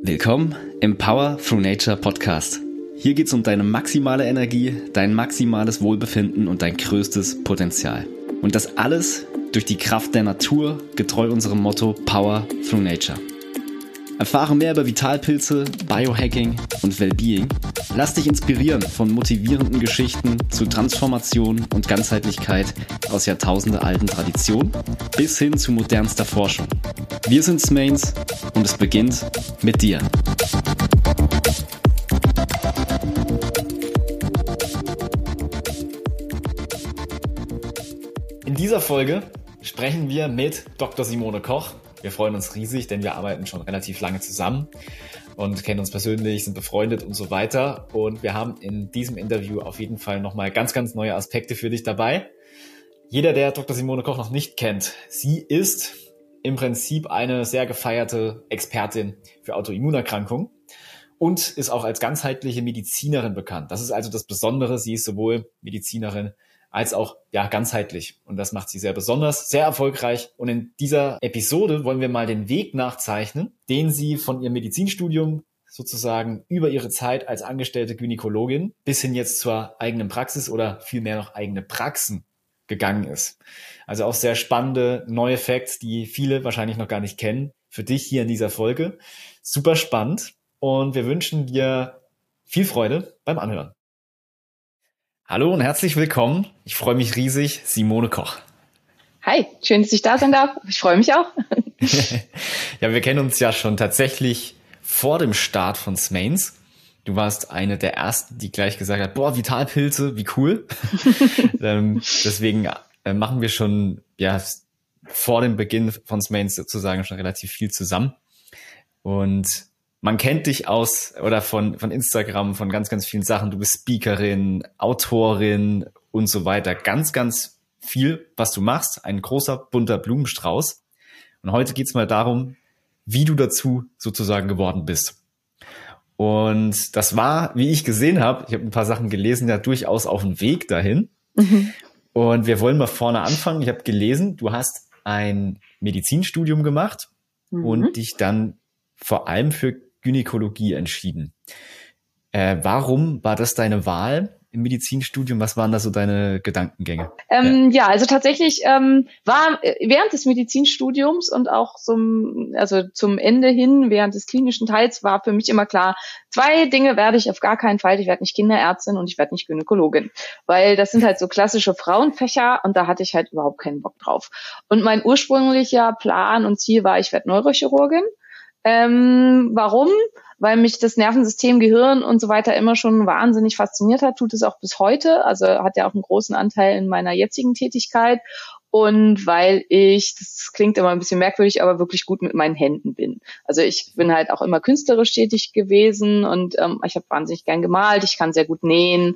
Willkommen im Power Through Nature Podcast. Hier geht es um deine maximale Energie, dein maximales Wohlbefinden und dein größtes Potenzial. Und das alles durch die Kraft der Natur, getreu unserem Motto Power Through Nature. Erfahre mehr über Vitalpilze, Biohacking und Wellbeing. Lass dich inspirieren von motivierenden Geschichten zu Transformation und Ganzheitlichkeit aus jahrtausendealten Traditionen bis hin zu modernster Forschung. Wir sind Smains und es beginnt mit dir. In dieser Folge sprechen wir mit Dr. Simone Koch. Wir freuen uns riesig, denn wir arbeiten schon relativ lange zusammen und kennen uns persönlich, sind befreundet und so weiter. Und wir haben in diesem Interview auf jeden Fall nochmal ganz, ganz neue Aspekte für dich dabei. Jeder, der Dr. Simone Koch noch nicht kennt, sie ist im Prinzip eine sehr gefeierte Expertin für Autoimmunerkrankungen und ist auch als ganzheitliche Medizinerin bekannt. Das ist also das Besondere. Sie ist sowohl Medizinerin als auch ganzheitlich. Und das macht sie sehr besonders, sehr erfolgreich. Und in dieser Episode wollen wir mal den Weg nachzeichnen, den sie von ihrem Medizinstudium sozusagen über ihre Zeit als angestellte Gynäkologin bis hin jetzt zur eigenen Praxis oder vielmehr noch eigene Praxen gegangen ist. Also auch sehr spannende neue Facts, die viele wahrscheinlich noch gar nicht kennen, für dich hier in dieser Folge. Super spannend und wir wünschen dir viel Freude beim Anhören. Hallo und herzlich willkommen. Ich freue mich riesig, Simone Koch. Hi, schön, dass ich da sein darf. Ich freue mich auch. Ja, wir kennen uns ja schon tatsächlich vor dem Start von Smains. Du warst eine der ersten, die gleich gesagt hat, boah, Vitalpilze, wie cool. Deswegen machen wir schon vor dem Beginn von Smains sozusagen schon relativ viel zusammen. Und man kennt dich von Instagram, von ganz, ganz vielen Sachen. Du bist Speakerin, Autorin und so weiter. Ganz, ganz viel, was du machst. Ein großer, bunter Blumenstrauß. Und heute geht's mal darum, wie du dazu sozusagen geworden bist. Und das war, wie ich gesehen habe, ich habe ein paar Sachen gelesen, ja durchaus auf dem Weg dahin. Mhm. Und wir wollen mal vorne anfangen. Ich habe gelesen, du hast ein Medizinstudium gemacht und dich dann vor allem für Gynäkologie entschieden. Warum war das deine Wahl im Medizinstudium? Was waren da so deine Gedankengänge? Also tatsächlich war während des Medizinstudiums und auch zum Ende hin, während des klinischen Teils, war für mich immer klar, 2 Dinge werde ich auf gar keinen Fall. Ich werde nicht Kinderärztin und ich werde nicht Gynäkologin. Weil das sind halt so klassische Frauenfächer und da hatte ich halt überhaupt keinen Bock drauf. Und mein ursprünglicher Plan und Ziel war, ich werde Neurochirurgin. Warum? Weil mich das Nervensystem, Gehirn und so weiter immer schon wahnsinnig fasziniert hat, tut es auch bis heute, also hat ja auch einen großen Anteil in meiner jetzigen Tätigkeit und weil ich, das klingt immer ein bisschen merkwürdig, aber wirklich gut mit meinen Händen bin. Also ich bin halt auch immer künstlerisch tätig gewesen und ich habe wahnsinnig gern gemalt, ich kann sehr gut nähen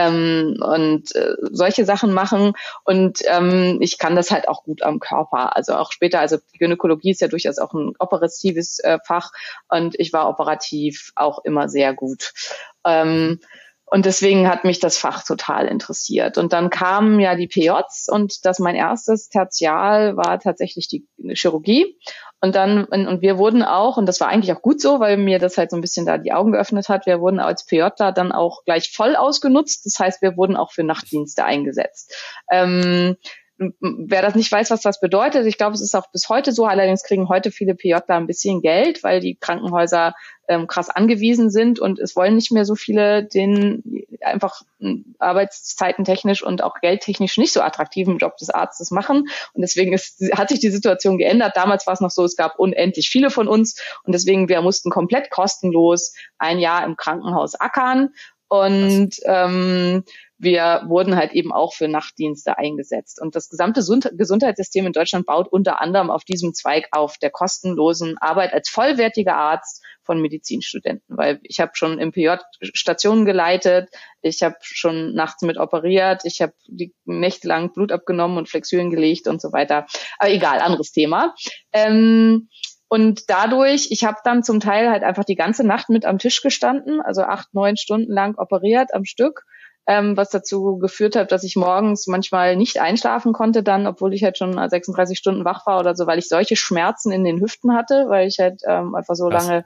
solche Sachen machen und ich kann das halt auch gut am Körper, also auch später, also die Gynäkologie ist ja durchaus auch ein operatives Fach und ich war operativ auch immer sehr gut. Und deswegen hat mich das Fach total interessiert. Und dann kamen ja die PJs und mein erstes Tertial war tatsächlich die Chirurgie. Und wir wurden auch, und das war eigentlich auch gut so, weil mir das halt so ein bisschen da die Augen geöffnet hat, wir wurden als PJler dann auch gleich voll ausgenutzt. Das heißt, wir wurden auch für Nachtdienste eingesetzt. Wer das nicht weiß, was das bedeutet, ich glaube, es ist auch bis heute so. Allerdings kriegen heute viele PJler ein bisschen Geld, weil die Krankenhäuser krass angewiesen sind und es wollen nicht mehr so viele den einfach arbeitszeitentechnisch und auch geldtechnisch nicht so attraktiven Job des Arztes machen. Und deswegen hat sich die Situation geändert. Damals war es noch so, es gab unendlich viele von uns und deswegen wir mussten komplett kostenlos ein Jahr im Krankenhaus ackern. Und wir wurden halt eben auch für Nachtdienste eingesetzt. Und das gesamte Gesundheitssystem in Deutschland baut unter anderem auf diesem Zweig auf, der kostenlosen Arbeit als vollwertiger Arzt von Medizinstudenten. Weil ich habe schon im PJ Stationen geleitet, ich habe schon nachts mit operiert, ich habe die Nächte lang Blut abgenommen und Flexuren gelegt und so weiter. Aber egal, anderes Thema. Und dadurch, ich habe dann zum Teil halt einfach die ganze Nacht mit am Tisch gestanden, also 8, 9 Stunden lang operiert am Stück. was dazu geführt hat, dass ich morgens manchmal nicht einschlafen konnte dann, obwohl ich halt schon 36 Stunden wach war oder so, weil ich solche Schmerzen in den Hüften hatte, weil ich halt einfach so lange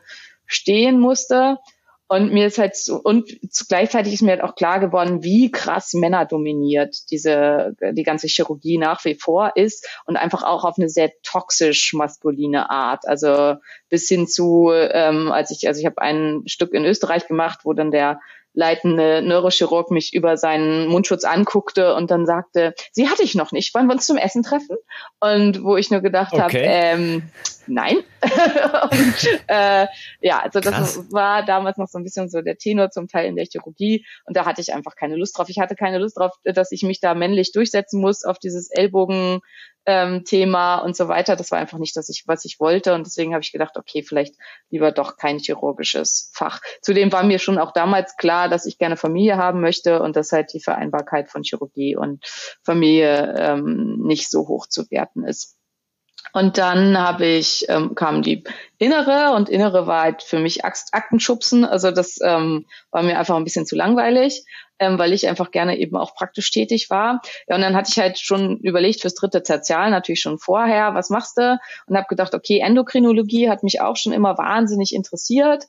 stehen musste. Und mir ist halt gleichzeitig ist mir halt auch klar geworden, wie krass Männer dominiert die ganze Chirurgie nach wie vor ist und einfach auch auf eine sehr toxisch maskuline Art. Also bis hin zu, ich habe ein Stück in Österreich gemacht, wo dann der leitende Neurochirurg mich über seinen Mundschutz anguckte und dann sagte, sie hatte ich noch nicht, wollen wir uns zum Essen treffen? Und wo ich nur gedacht habe, nein. Und also das war damals noch so ein bisschen so der Tenor zum Teil in der Chirurgie und da hatte ich einfach keine Lust drauf. Ich hatte keine Lust drauf, dass ich mich da männlich durchsetzen muss auf dieses Ellbogen Thema und so weiter. Das war einfach nicht, was ich wollte. Und deswegen habe ich gedacht, okay, vielleicht lieber doch kein chirurgisches Fach. Zudem war mir schon auch damals klar, dass ich gerne Familie haben möchte und dass halt die Vereinbarkeit von Chirurgie und Familie nicht so hoch zu werten ist. Und dann kam die Innere und Innere war halt für mich Aktenschubsen. Also das war mir einfach ein bisschen zu langweilig, weil ich einfach gerne eben auch praktisch tätig war. Ja, und dann hatte ich halt schon überlegt fürs 3. Tertial, natürlich schon vorher, was machst du? Und habe gedacht, okay, Endokrinologie hat mich auch schon immer wahnsinnig interessiert.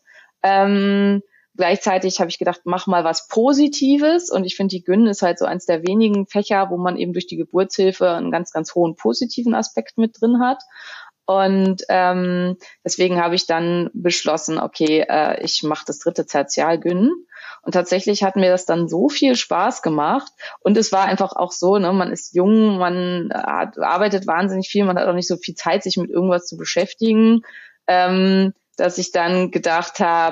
Gleichzeitig habe ich gedacht, mach mal was Positives und ich finde, die Gyn ist halt so eins der wenigen Fächer, wo man eben durch die Geburtshilfe einen ganz, ganz hohen positiven Aspekt mit drin hat. Und deswegen habe ich dann beschlossen, okay, ich mache das 3. Tertial Gyn. Und tatsächlich hat mir das dann so viel Spaß gemacht. Und es war einfach auch so, ne, man ist jung, man arbeitet wahnsinnig viel, man hat auch nicht so viel Zeit, sich mit irgendwas zu beschäftigen, dass ich dann gedacht habe,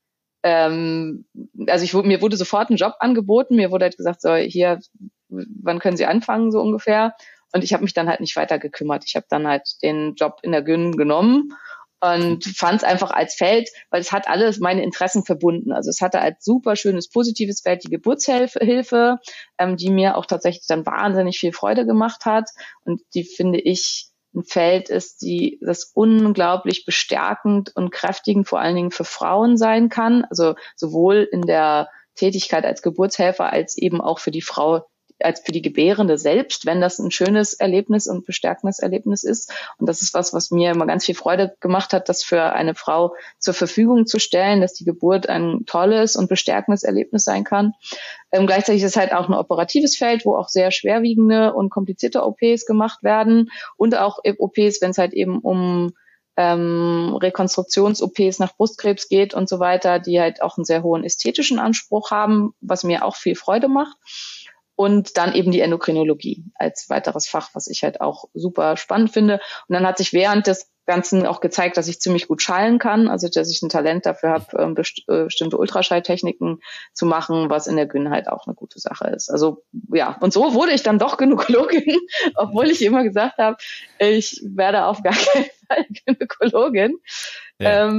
mir wurde sofort ein Job angeboten, mir wurde halt gesagt, so hier, wann können Sie anfangen, so ungefähr. Und ich habe mich dann halt nicht weiter gekümmert. Ich habe dann halt den Job in der Gyn genommen und fand es einfach als Feld, weil es hat alles meine Interessen verbunden. Also es hatte als super schönes, positives Feld die Geburtshilfe, die mir auch tatsächlich dann wahnsinnig viel Freude gemacht hat. Und die finde ich ein Feld ist, das unglaublich bestärkend und kräftigend vor allen Dingen für Frauen sein kann. Also sowohl in der Tätigkeit als Geburtshelfer als eben auch für die Frau, als für die Gebärende selbst, wenn das ein schönes Erlebnis und bestärkendes Erlebnis ist. Und das ist was mir immer ganz viel Freude gemacht hat, das für eine Frau zur Verfügung zu stellen, dass die Geburt ein tolles und bestärkendes Erlebnis sein kann. Gleichzeitig ist es halt auch ein operatives Feld, wo auch sehr schwerwiegende und komplizierte OPs gemacht werden und auch OPs, wenn es halt eben um Rekonstruktions-OPs nach Brustkrebs geht und so weiter, die halt auch einen sehr hohen ästhetischen Anspruch haben, was mir auch viel Freude macht. Und dann eben die Endokrinologie als weiteres Fach, was ich halt auch super spannend finde. Und dann hat sich während des Ganzen auch gezeigt, dass ich ziemlich gut schallen kann, also dass ich ein Talent dafür habe, bestimmte Ultraschalltechniken zu machen, was in der Gyn halt auch eine gute Sache ist. Also ja, und so wurde ich dann doch Gynäkologin, obwohl ich immer gesagt habe, ich werde auf gar keinen Fall Gynäkologin. Ja.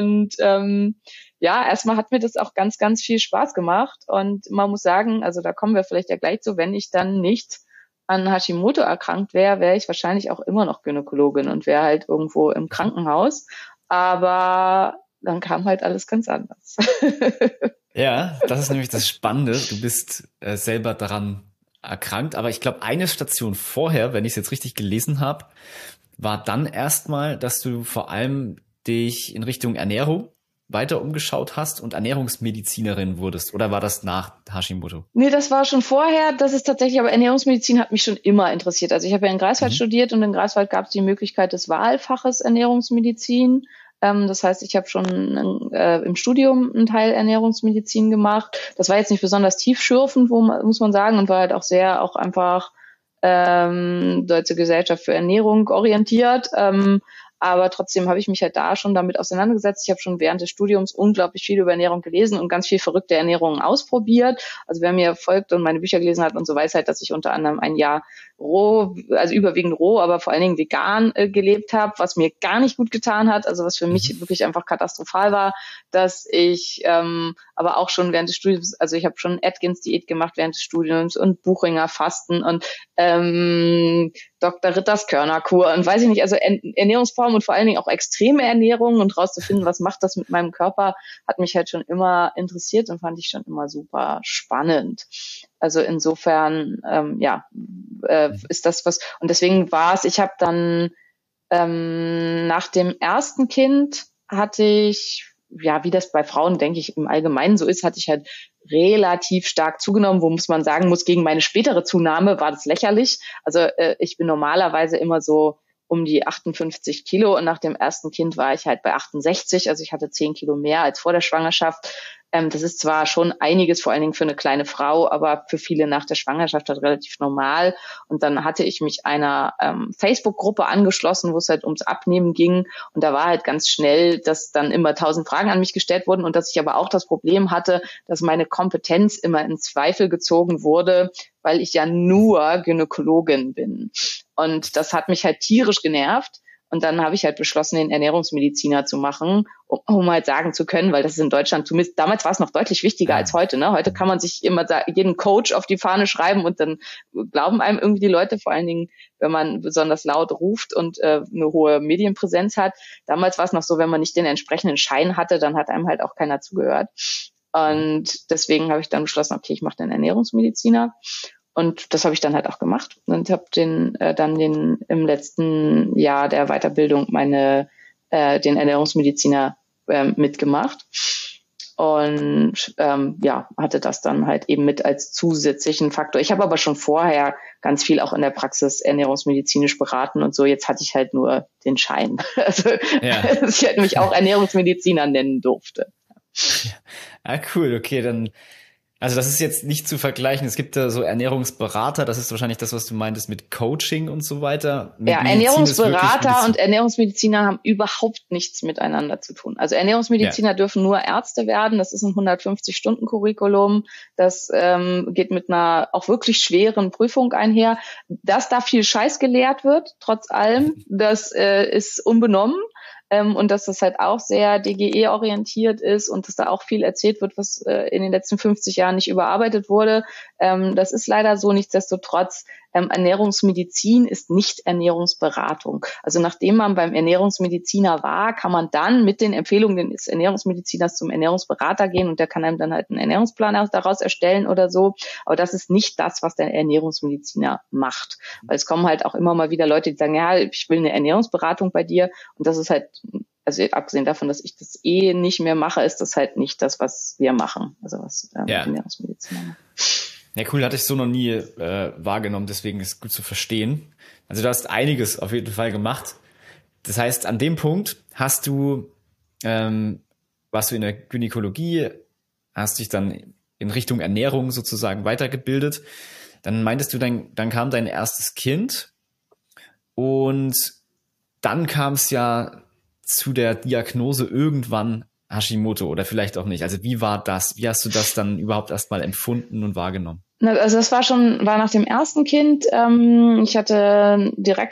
Ja, erstmal hat mir das auch ganz, ganz viel Spaß gemacht und man muss sagen, also da kommen wir vielleicht ja gleich zu, wenn ich dann nicht an Hashimoto erkrankt wäre ich wahrscheinlich auch immer noch Gynäkologin und wäre halt irgendwo im Krankenhaus, aber dann kam halt alles ganz anders. Ja, das ist nämlich das Spannende, du bist selber daran erkrankt, aber ich glaube, eine Station vorher, wenn ich es jetzt richtig gelesen habe, war dann erstmal, dass du vor allem dich in Richtung Ernährung weiter umgeschaut hast und Ernährungsmedizinerin wurdest, oder war das nach Hashimoto? Nee, das war schon vorher, das ist tatsächlich, aber Ernährungsmedizin hat mich schon immer interessiert. Also ich habe ja in Greifswald studiert und in Greifswald gab es die Möglichkeit des Wahlfaches Ernährungsmedizin. Das heißt, ich habe schon im Studium einen Teil Ernährungsmedizin gemacht. Das war jetzt nicht besonders tiefschürfend, muss man sagen, und war halt auch sehr auch einfach Deutsche Gesellschaft für Ernährung orientiert. Aber trotzdem habe ich mich halt da schon damit auseinandergesetzt. Ich habe schon während des Studiums unglaublich viel über Ernährung gelesen und ganz viel verrückte Ernährungen ausprobiert. Also wer mir folgt und meine Bücher gelesen hat und so weiß halt, dass ich unter anderem ein Jahr roh, also überwiegend roh, aber vor allen Dingen vegan gelebt habe, was mir gar nicht gut getan hat, also was für mich wirklich einfach katastrophal war, dass ich aber auch schon während des Studiums, also ich habe schon Atkins-Diät gemacht während des Studiums und Buchinger Fasten und Dr. Ritters Körnerkur und weiß ich nicht, also Ernährungsformen und vor allen Dingen auch extreme Ernährung und rauszufinden, was macht das mit meinem Körper, hat mich halt schon immer interessiert und fand ich schon immer super spannend. Also insofern, ist das was, und deswegen ich habe dann nach dem ersten Kind hatte ich ja, wie das bei Frauen, denke ich, im Allgemeinen so ist, hatte ich halt relativ stark zugenommen, wo muss man sagen muss, gegen meine spätere Zunahme war das lächerlich. Also ich bin normalerweise immer so um die 58 Kilo und nach dem ersten Kind war ich halt bei 68, also ich hatte 10 Kilo mehr als vor der Schwangerschaft. Das ist zwar schon einiges, vor allen Dingen für eine kleine Frau, aber für viele nach der Schwangerschaft halt relativ normal. Und dann hatte ich mich einer Facebook-Gruppe angeschlossen, wo es halt ums Abnehmen ging. Und da war halt ganz schnell, dass dann immer 1000 Fragen an mich gestellt wurden und dass ich aber auch das Problem hatte, dass meine Kompetenz immer in Zweifel gezogen wurde, weil ich ja nur Gynäkologin bin. Und das hat mich halt tierisch genervt. Und dann habe ich halt beschlossen, den Ernährungsmediziner zu machen, um halt sagen zu können, weil das ist in Deutschland, zumindest damals war es noch deutlich wichtiger als heute. Ne? Heute kann man sich immer jeden Coach auf die Fahne schreiben und dann glauben einem irgendwie die Leute, vor allen Dingen, wenn man besonders laut ruft und eine hohe Medienpräsenz hat. Damals war es noch so, wenn man nicht den entsprechenden Schein hatte, dann hat einem halt auch keiner zugehört. Und deswegen habe ich dann beschlossen, okay, ich mache den Ernährungsmediziner. Und das habe ich dann halt auch gemacht und habe im letzten Jahr der Weiterbildung den Ernährungsmediziner mitgemacht und hatte das dann halt eben mit als zusätzlichen Faktor. Ich habe aber schon vorher ganz viel auch in der Praxis ernährungsmedizinisch beraten und so. Jetzt hatte ich halt nur den Schein, also dass ich halt mich auch Ernährungsmediziner nennen durfte. Ah, cool, okay, dann. Also das ist jetzt nicht zu vergleichen. Es gibt da so Ernährungsberater, das ist wahrscheinlich das, was du meintest mit Coaching und so weiter. Ja, Ernährungsberater und Ernährungsmediziner haben überhaupt nichts miteinander zu tun. Also Ernährungsmediziner dürfen nur Ärzte werden. Das ist ein 150-Stunden-Curriculum. Das geht mit einer auch wirklich schweren Prüfung einher. Dass da viel Scheiß gelehrt wird, trotz allem, das ist unbenommen. Und dass das halt auch sehr DGE-orientiert ist und dass da auch viel erzählt wird, was in den letzten 50 Jahren nicht überarbeitet wurde. Das ist leider so. Nichtsdestotrotz, Ernährungsmedizin ist nicht Ernährungsberatung. Also nachdem man beim Ernährungsmediziner war, kann man dann mit den Empfehlungen des Ernährungsmediziners zum Ernährungsberater gehen und der kann einem dann halt einen Ernährungsplan daraus erstellen oder so. Aber das ist nicht das, was der Ernährungsmediziner macht. Weil es kommen halt auch immer mal wieder Leute, die sagen, ja, ich will eine Ernährungsberatung bei dir. Und das ist halt, also abgesehen davon, dass ich das nicht mehr mache, ist das halt nicht das, was wir machen. Also was Ernährungsmediziner macht. Ja, cool, hatte ich so noch nie wahrgenommen, deswegen ist es gut zu verstehen. Also du hast einiges auf jeden Fall gemacht. Das heißt, an dem Punkt warst du in der Gynäkologie, hast dich dann in Richtung Ernährung sozusagen weitergebildet. Dann meintest du, dann kam dein erstes Kind und dann kam es ja zu der Diagnose irgendwann Hashimoto oder vielleicht auch nicht. Also wie war das? Wie hast du das dann überhaupt erstmal empfunden und wahrgenommen? Also das war nach dem ersten Kind. Ich hatte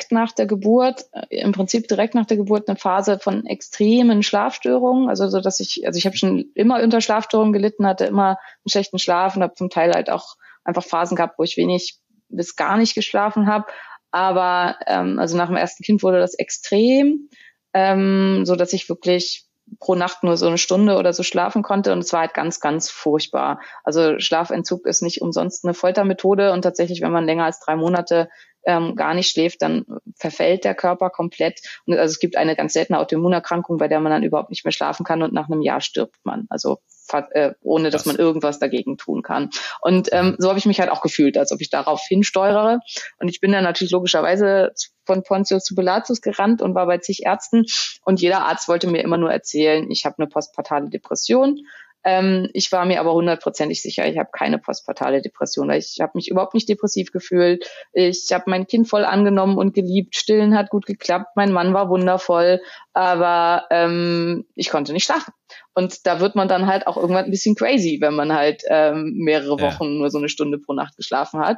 im Prinzip direkt nach der Geburt eine Phase von extremen Schlafstörungen. Also so, dass ich habe schon immer unter Schlafstörungen gelitten, hatte immer einen schlechten Schlaf und habe zum Teil halt auch einfach Phasen gehabt, wo ich wenig bis gar nicht geschlafen habe. Aber also nach dem ersten Kind wurde das extrem, so dass ich wirklich pro Nacht nur so eine Stunde oder so schlafen konnte und es war halt ganz, ganz furchtbar. Also Schlafentzug ist nicht umsonst eine Foltermethode und tatsächlich, wenn man länger als 3 Monate gar nicht schläft, dann verfällt der Körper komplett. Und also es gibt eine ganz seltene Autoimmunerkrankung, bei der man dann überhaupt nicht mehr schlafen kann und nach einem Jahr stirbt man. Also ohne dass man irgendwas dagegen tun kann. Und so habe ich mich halt auch gefühlt, als ob ich darauf hinsteuere. Und ich bin dann natürlich logischerweise von Pontius zu Pilatus gerannt und war bei zig Ärzten. Und jeder Arzt wollte mir immer nur erzählen, ich habe eine postpartale Depression. Ich war mir aber 100%ig sicher, ich habe keine postpartale Depression, weil ich habe mich überhaupt nicht depressiv gefühlt. Ich habe mein Kind voll angenommen und geliebt. Stillen hat gut geklappt, mein Mann war wundervoll, aber ich konnte nicht schlafen. Und da wird man dann halt auch irgendwann ein bisschen crazy, wenn man halt mehrere Wochen nur so eine Stunde pro Nacht geschlafen hat.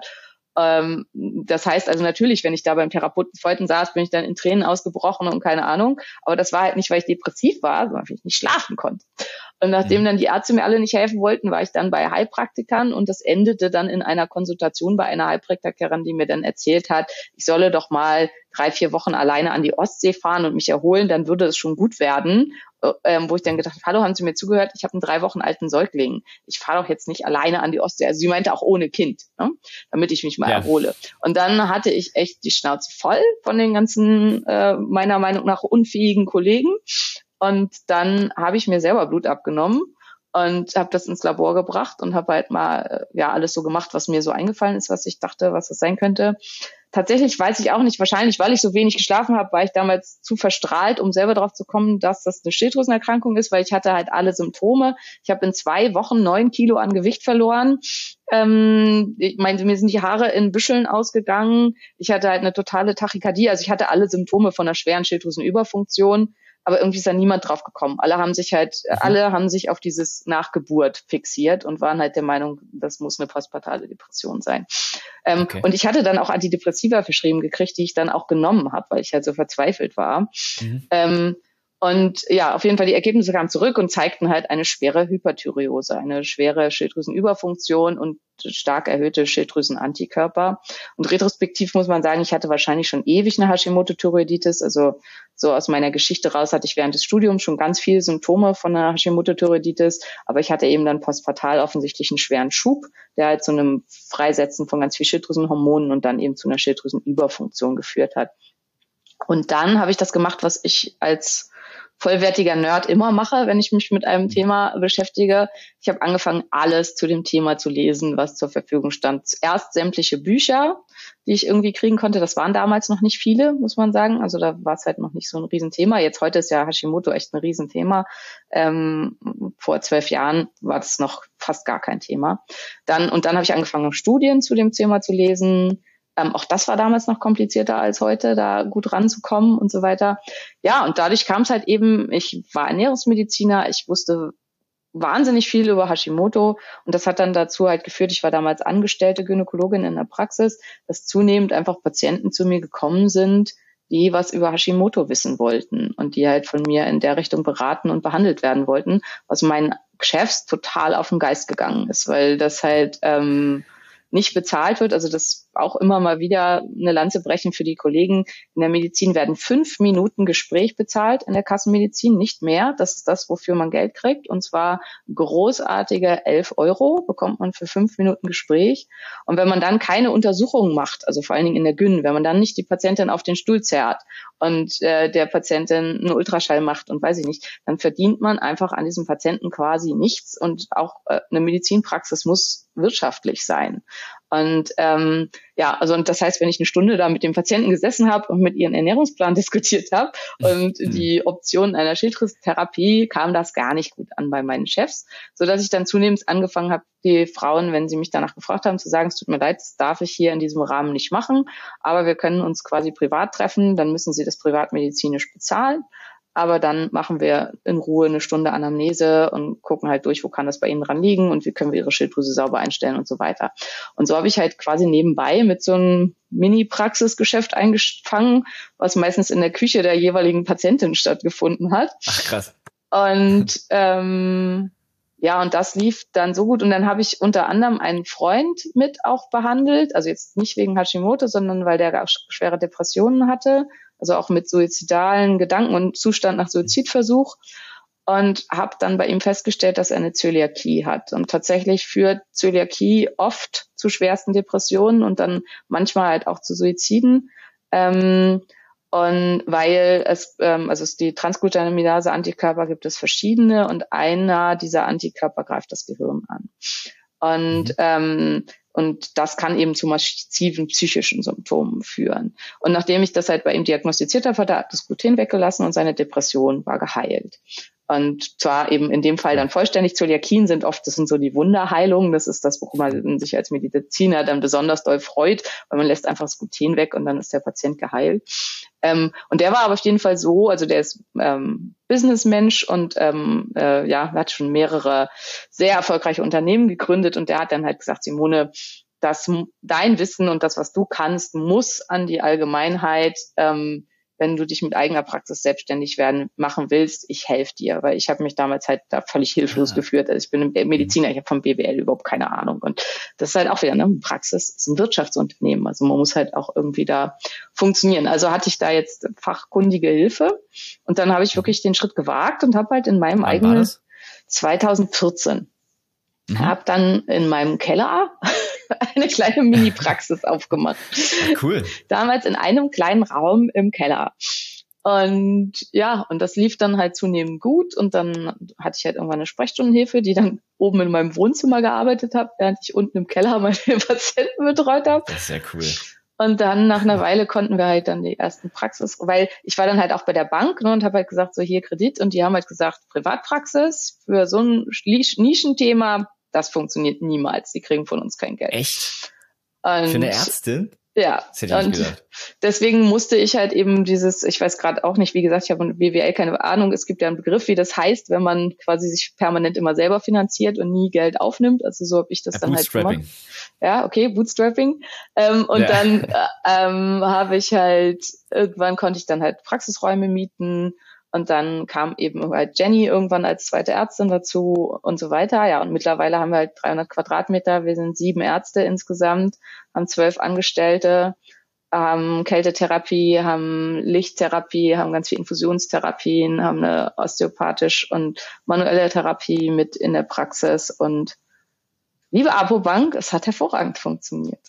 Das heißt also natürlich, wenn ich da beim Therapeuten saß, bin ich dann in Tränen ausgebrochen und keine Ahnung. Aber das war halt nicht, weil ich depressiv war, sondern weil ich nicht schlafen konnte. Und nachdem dann die Ärzte mir alle nicht helfen wollten, war ich dann bei Heilpraktikern und das endete dann in einer Konsultation bei einer Heilpraktikerin, die mir dann erzählt hat, ich solle doch mal 3-4 Wochen alleine an die Ostsee fahren und mich erholen, dann würde es schon gut werden. Wo ich dann gedacht habe, hallo, haben Sie mir zugehört? Ich habe einen 3 Wochen alten Säugling. Ich fahre doch jetzt nicht alleine an die Ostsee. Also sie meinte auch ohne Kind, ne? Damit ich mich mal erhole. Und dann hatte ich echt die Schnauze voll von den ganzen, meiner Meinung nach, unfähigen Kollegen. Und dann habe ich mir selber Blut abgenommen und habe das ins Labor gebracht und habe halt mal alles so gemacht, was mir so eingefallen ist, was ich dachte, was das sein könnte. Tatsächlich weiß ich auch nicht, wahrscheinlich, weil ich so wenig geschlafen habe, war ich damals zu verstrahlt, um selber drauf zu kommen, dass das eine Schilddrüsenerkrankung ist, weil ich hatte halt alle Symptome. Ich habe in 2 Wochen 9 Kilo an Gewicht verloren. Ich meine, mir sind die Haare in Büscheln ausgegangen. Ich hatte halt eine totale Tachykardie. Also ich hatte alle Symptome von einer schweren Schilddrüsenüberfunktion. Aber irgendwie ist da niemand drauf gekommen. Alle haben sich auf dieses Nachgeburt fixiert und waren halt der Meinung, das muss eine postpartale Depression sein. Okay. Und ich hatte dann auch Antidepressiva verschrieben gekriegt, die ich dann auch genommen habe, weil ich halt so verzweifelt war. Und ja, auf jeden Fall die Ergebnisse kamen zurück und zeigten halt eine schwere Hyperthyreose, eine schwere Schilddrüsenüberfunktion und stark erhöhte Schilddrüsenantikörper. Und retrospektiv muss man sagen, ich hatte wahrscheinlich schon ewig eine Hashimoto-Thyreoiditis. Also so aus meiner Geschichte raus hatte ich während des Studiums schon ganz viele Symptome von einer Hashimoto-Thyreoiditis. Aber ich hatte eben dann postpartal offensichtlich einen schweren Schub, der halt zu einem Freisetzen von ganz viel Schilddrüsenhormonen und dann eben zu einer Schilddrüsenüberfunktion geführt hat. Und dann habe ich das gemacht, was ich als vollwertiger Nerd immer mache, wenn ich mich mit einem Thema beschäftige. Ich habe angefangen, alles zu dem Thema zu lesen, was zur Verfügung stand. Zuerst sämtliche Bücher, die ich irgendwie kriegen konnte. Das waren damals noch nicht viele, muss man sagen. Also da war es halt noch nicht so ein Riesenthema. Heute ist ja Hashimoto echt ein Riesenthema. Vor 12 Jahren war das noch fast gar kein Thema. Dann habe ich angefangen, Studien zu dem Thema zu lesen. Auch das war damals noch komplizierter als heute, da gut ranzukommen und so weiter. Ja, und dadurch kam es halt eben, ich war Ernährungsmediziner, ich wusste wahnsinnig viel über Hashimoto und das hat dann dazu halt geführt, ich war damals angestellte Gynäkologin in der Praxis, dass zunehmend einfach Patienten zu mir gekommen sind, die was über Hashimoto wissen wollten und die halt von mir in der Richtung beraten und behandelt werden wollten, was meinen Chefs total auf den Geist gegangen ist, weil das halt nicht bezahlt wird, also das auch immer mal wieder eine Lanze brechen für die Kollegen. In der Medizin werden 5 Minuten Gespräch bezahlt, in der Kassenmedizin, nicht mehr. Das ist das, wofür man Geld kriegt. Und zwar großartige 11 € bekommt man für 5 Minuten Gespräch. Und wenn man dann keine Untersuchungen macht, also vor allen Dingen in der Gyn, wenn man dann nicht die Patientin auf den Stuhl zerrt und der Patientin einen Ultraschall macht und weiß ich nicht, dann verdient man einfach an diesem Patienten quasi nichts. Und auch eine Medizinpraxis muss wirtschaftlich sein. Und und das heißt, wenn ich eine Stunde da mit dem Patienten gesessen habe und mit ihren Ernährungsplan diskutiert habe und die Optionen einer Schilddrüsentherapie, kam das gar nicht gut an bei meinen Chefs, so dass ich dann zunehmend angefangen habe, die Frauen, wenn sie mich danach gefragt haben, zu sagen, es tut mir leid, das darf ich hier in diesem Rahmen nicht machen, aber wir können uns quasi privat treffen, dann müssen sie das privatmedizinisch bezahlen. Aber dann machen wir in Ruhe eine Stunde Anamnese und gucken halt durch, wo kann das bei Ihnen dran liegen und wie können wir Ihre Schilddrüse sauber einstellen und so weiter. Und so habe ich halt quasi nebenbei mit so einem Mini-Praxisgeschäft eingefangen, was meistens in der Küche der jeweiligen Patientin stattgefunden hat. Ach, krass. Und und das lief dann so gut. Und dann habe ich unter anderem einen Freund mit auch behandelt, also jetzt nicht wegen Hashimoto, sondern weil der schwere Depressionen hatte, also auch mit suizidalen Gedanken und Zustand nach Suizidversuch, und habe dann bei ihm festgestellt, dass er eine Zöliakie hat. Und tatsächlich führt Zöliakie oft zu schwersten Depressionen und dann manchmal halt auch zu Suiziden. Und weil es die Transglutaminase-Antikörper gibt es verschiedene und einer dieser Antikörper greift das Gehirn an. Und das kann eben zu massiven psychischen Symptomen führen. Und nachdem ich das halt bei ihm diagnostiziert habe, hat er das Gluten weggelassen und seine Depression war geheilt. Und zwar eben in dem Fall dann vollständig. Zöliakien sind oft, das sind so die Wunderheilungen. Das ist das, worum man sich als Mediziner dann besonders doll freut, weil man lässt einfach das Gluten weg und dann ist der Patient geheilt. Und der war aber auf jeden Fall so, also der ist Businessmensch und hat schon mehrere sehr erfolgreiche Unternehmen gegründet und der hat dann halt gesagt, Simone, dein Wissen und das, was du kannst, muss an die Allgemeinheit, wenn du dich mit eigener Praxis selbstständig machen willst, ich helfe dir, weil ich habe mich damals halt da völlig hilflos gefühlt. Also ich bin Mediziner, ich habe vom BWL überhaupt keine Ahnung. Und das ist halt auch wieder, Praxis ist ein Wirtschaftsunternehmen, also man muss halt auch irgendwie da funktionieren. Also hatte ich da jetzt fachkundige Hilfe und dann habe ich wirklich den Schritt gewagt und habe halt in meinem eigenen 2014 habe dann in meinem Keller eine kleine Mini-Praxis aufgemacht. Cool. Damals in einem kleinen Raum im Keller. Und ja, und das lief dann halt zunehmend gut. Und dann hatte ich halt irgendwann eine Sprechstundenhilfe, die dann oben in meinem Wohnzimmer gearbeitet hat, während ich unten im Keller meine Patienten betreut habe. Das ist sehr cool. Und dann nach einer Weile konnten wir halt dann die ersten Praxis, weil ich war dann halt auch bei der Bank, ne, und habe halt gesagt, so hier Kredit, und die haben halt gesagt, Privatpraxis für so ein Nischenthema, das funktioniert niemals. Die kriegen von uns kein Geld. Echt? Und für eine Ärztin? Ja, das hätte ich nicht gedacht. Deswegen musste ich halt eben ich weiß gerade auch nicht, wie gesagt, ich habe von BWL keine Ahnung, es gibt ja einen Begriff, wie das heißt, wenn man quasi sich permanent immer selber finanziert und nie Geld aufnimmt, also so habe ich das dann halt gemacht. Ja, okay, Bootstrapping. Dann habe ich halt, irgendwann konnte ich dann halt Praxisräume mieten. Und dann kam eben halt Jenny irgendwann als zweite Ärztin dazu und so weiter. Ja, und mittlerweile haben wir halt 300 Quadratmeter. Wir sind 7 Ärzte insgesamt, haben 12 Angestellte, haben Kältetherapie, haben Lichttherapie, haben ganz viel Infusionstherapien, haben eine osteopathisch und manuelle Therapie mit in der Praxis. Und liebe Apobank, es hat hervorragend funktioniert.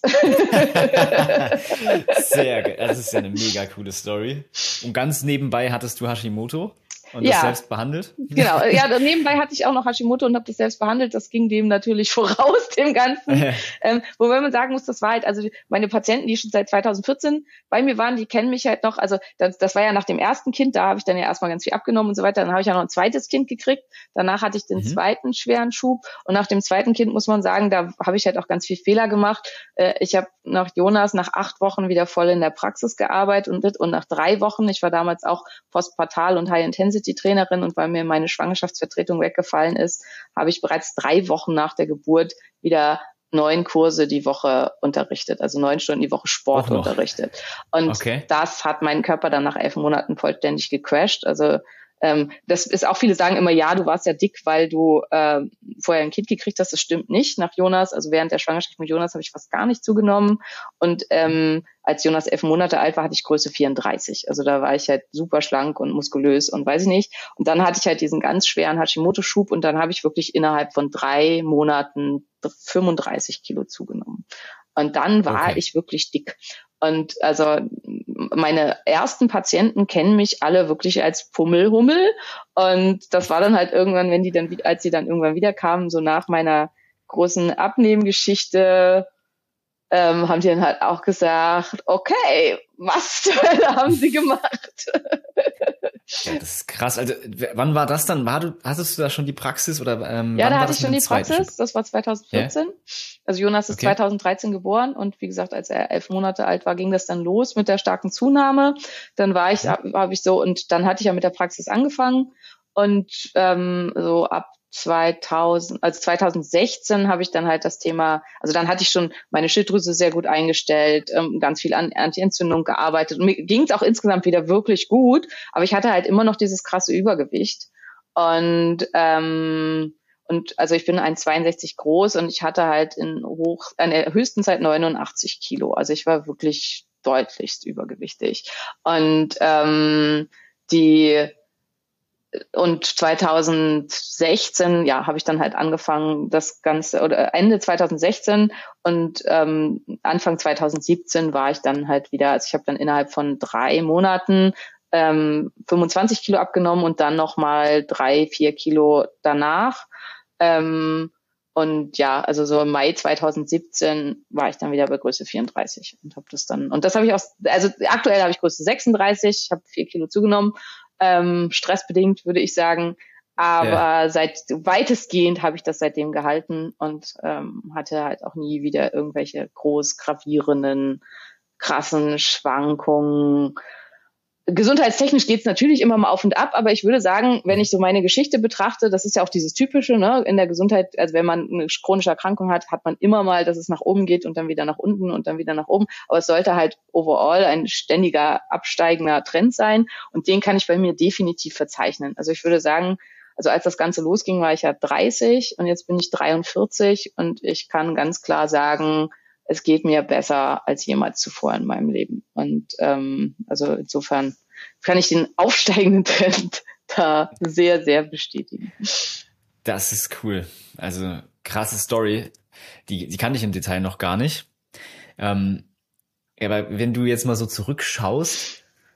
Sehr geil. Das ist ja eine mega coole Story. Und ganz nebenbei hattest du Hashimoto und das selbst behandelt? Genau. Ja, nebenbei hatte ich auch noch Hashimoto und habe das selbst behandelt. Das ging dem natürlich voraus, dem Ganzen. Wobei man sagen muss, das war halt, also meine Patienten, die schon seit 2014 bei mir waren, die kennen mich halt noch. Also das war ja nach dem ersten Kind, da habe ich dann ja erstmal ganz viel abgenommen und so weiter. Dann habe ich ja noch ein zweites Kind gekriegt. Danach hatte ich den zweiten schweren Schub. Und nach dem zweiten Kind muss man sagen, da habe ich halt auch ganz viel Fehler gemacht. Ich habe nach Jonas nach 8 Wochen wieder voll in der Praxis gearbeitet und nach 3 Wochen, ich war damals auch Postpartal und High-Intensity-Trainerin, und weil mir meine Schwangerschaftsvertretung weggefallen ist, habe ich bereits 3 Wochen nach der Geburt wieder 9 Kurse die Woche unterrichtet, also 9 Stunden die Woche Sport unterrichtet. Und das hat meinen Körper dann nach 11 Monaten vollständig gecrashed. Also das ist auch, viele sagen immer, ja, du warst ja dick, weil du vorher ein Kind gekriegt hast. Das stimmt nicht. Nach Jonas, also während der Schwangerschaft mit Jonas, habe ich fast gar nicht zugenommen. Und als Jonas 11 Monate alt war, hatte ich Größe 34. Also da war ich halt super schlank und muskulös und weiß ich nicht. Und dann hatte ich halt diesen ganz schweren Hashimoto-Schub, und dann habe ich wirklich innerhalb von 3 Monaten 35 Kilo zugenommen. Und dann war ich wirklich dick. Und also meine ersten Patienten kennen mich alle wirklich als Pummelhummel. Und das war dann halt irgendwann, als sie dann irgendwann wieder kamen, so nach meiner großen Abnehmgeschichte, haben die dann halt auch gesagt, okay, was zur Hölle haben sie gemacht? Ja, das ist krass. Also wann war das dann? Hattest du da schon die Praxis oder? Ja, da hatte ich schon die Praxis. Das war 2014. Yeah. Also Jonas ist 2013 geboren, und wie gesagt, als er 11 Monate alt war, ging das dann los mit der starken Zunahme. Dann und dann hatte ich ja mit der Praxis angefangen, und so ab 2016 habe ich dann halt das Thema, also dann hatte ich schon meine Schilddrüse sehr gut eingestellt, ganz viel an Anti-Entzündung gearbeitet, und mir ging es auch insgesamt wieder wirklich gut, aber ich hatte halt immer noch dieses krasse Übergewicht, und also ich bin 1,62 groß, und ich hatte halt in der höchsten Zeit 89 Kilo, also ich war wirklich deutlichst übergewichtig, und 2016, ja, habe ich dann halt angefangen, das Ganze, oder Ende 2016, und Anfang 2017 war ich dann halt wieder, also ich habe dann innerhalb von 3 Monaten 25 Kilo abgenommen und dann nochmal 3-4 Kilo danach. Und ja, also so im Mai 2017 war ich dann wieder bei Größe 34 und habe das dann, und das habe ich auch, also aktuell habe ich Größe 36, habe 4 Kilo zugenommen, stressbedingt würde ich sagen, aber weitestgehend habe ich das seitdem gehalten und hatte halt auch nie wieder irgendwelche groß gravierenden, krassen Schwankungen. Gesundheitstechnisch geht's natürlich immer mal auf und ab, aber ich würde sagen, wenn ich so meine Geschichte betrachte, das ist ja auch dieses Typische, ne, in der Gesundheit, also wenn man eine chronische Erkrankung hat, hat man immer mal, dass es nach oben geht und dann wieder nach unten und dann wieder nach oben, aber es sollte halt overall ein ständiger absteigender Trend sein, und den kann ich bei mir definitiv verzeichnen. Also ich würde sagen, also als das Ganze losging, war ich ja 30 und jetzt bin ich 43, und ich kann ganz klar sagen, es geht mir besser als jemals zuvor in meinem Leben. Und also insofern kann ich den aufsteigenden Trend da sehr, sehr bestätigen. Das ist cool. Also krasse Story. Die kannte ich im Detail noch gar nicht. Aber wenn du jetzt mal so zurückschaust,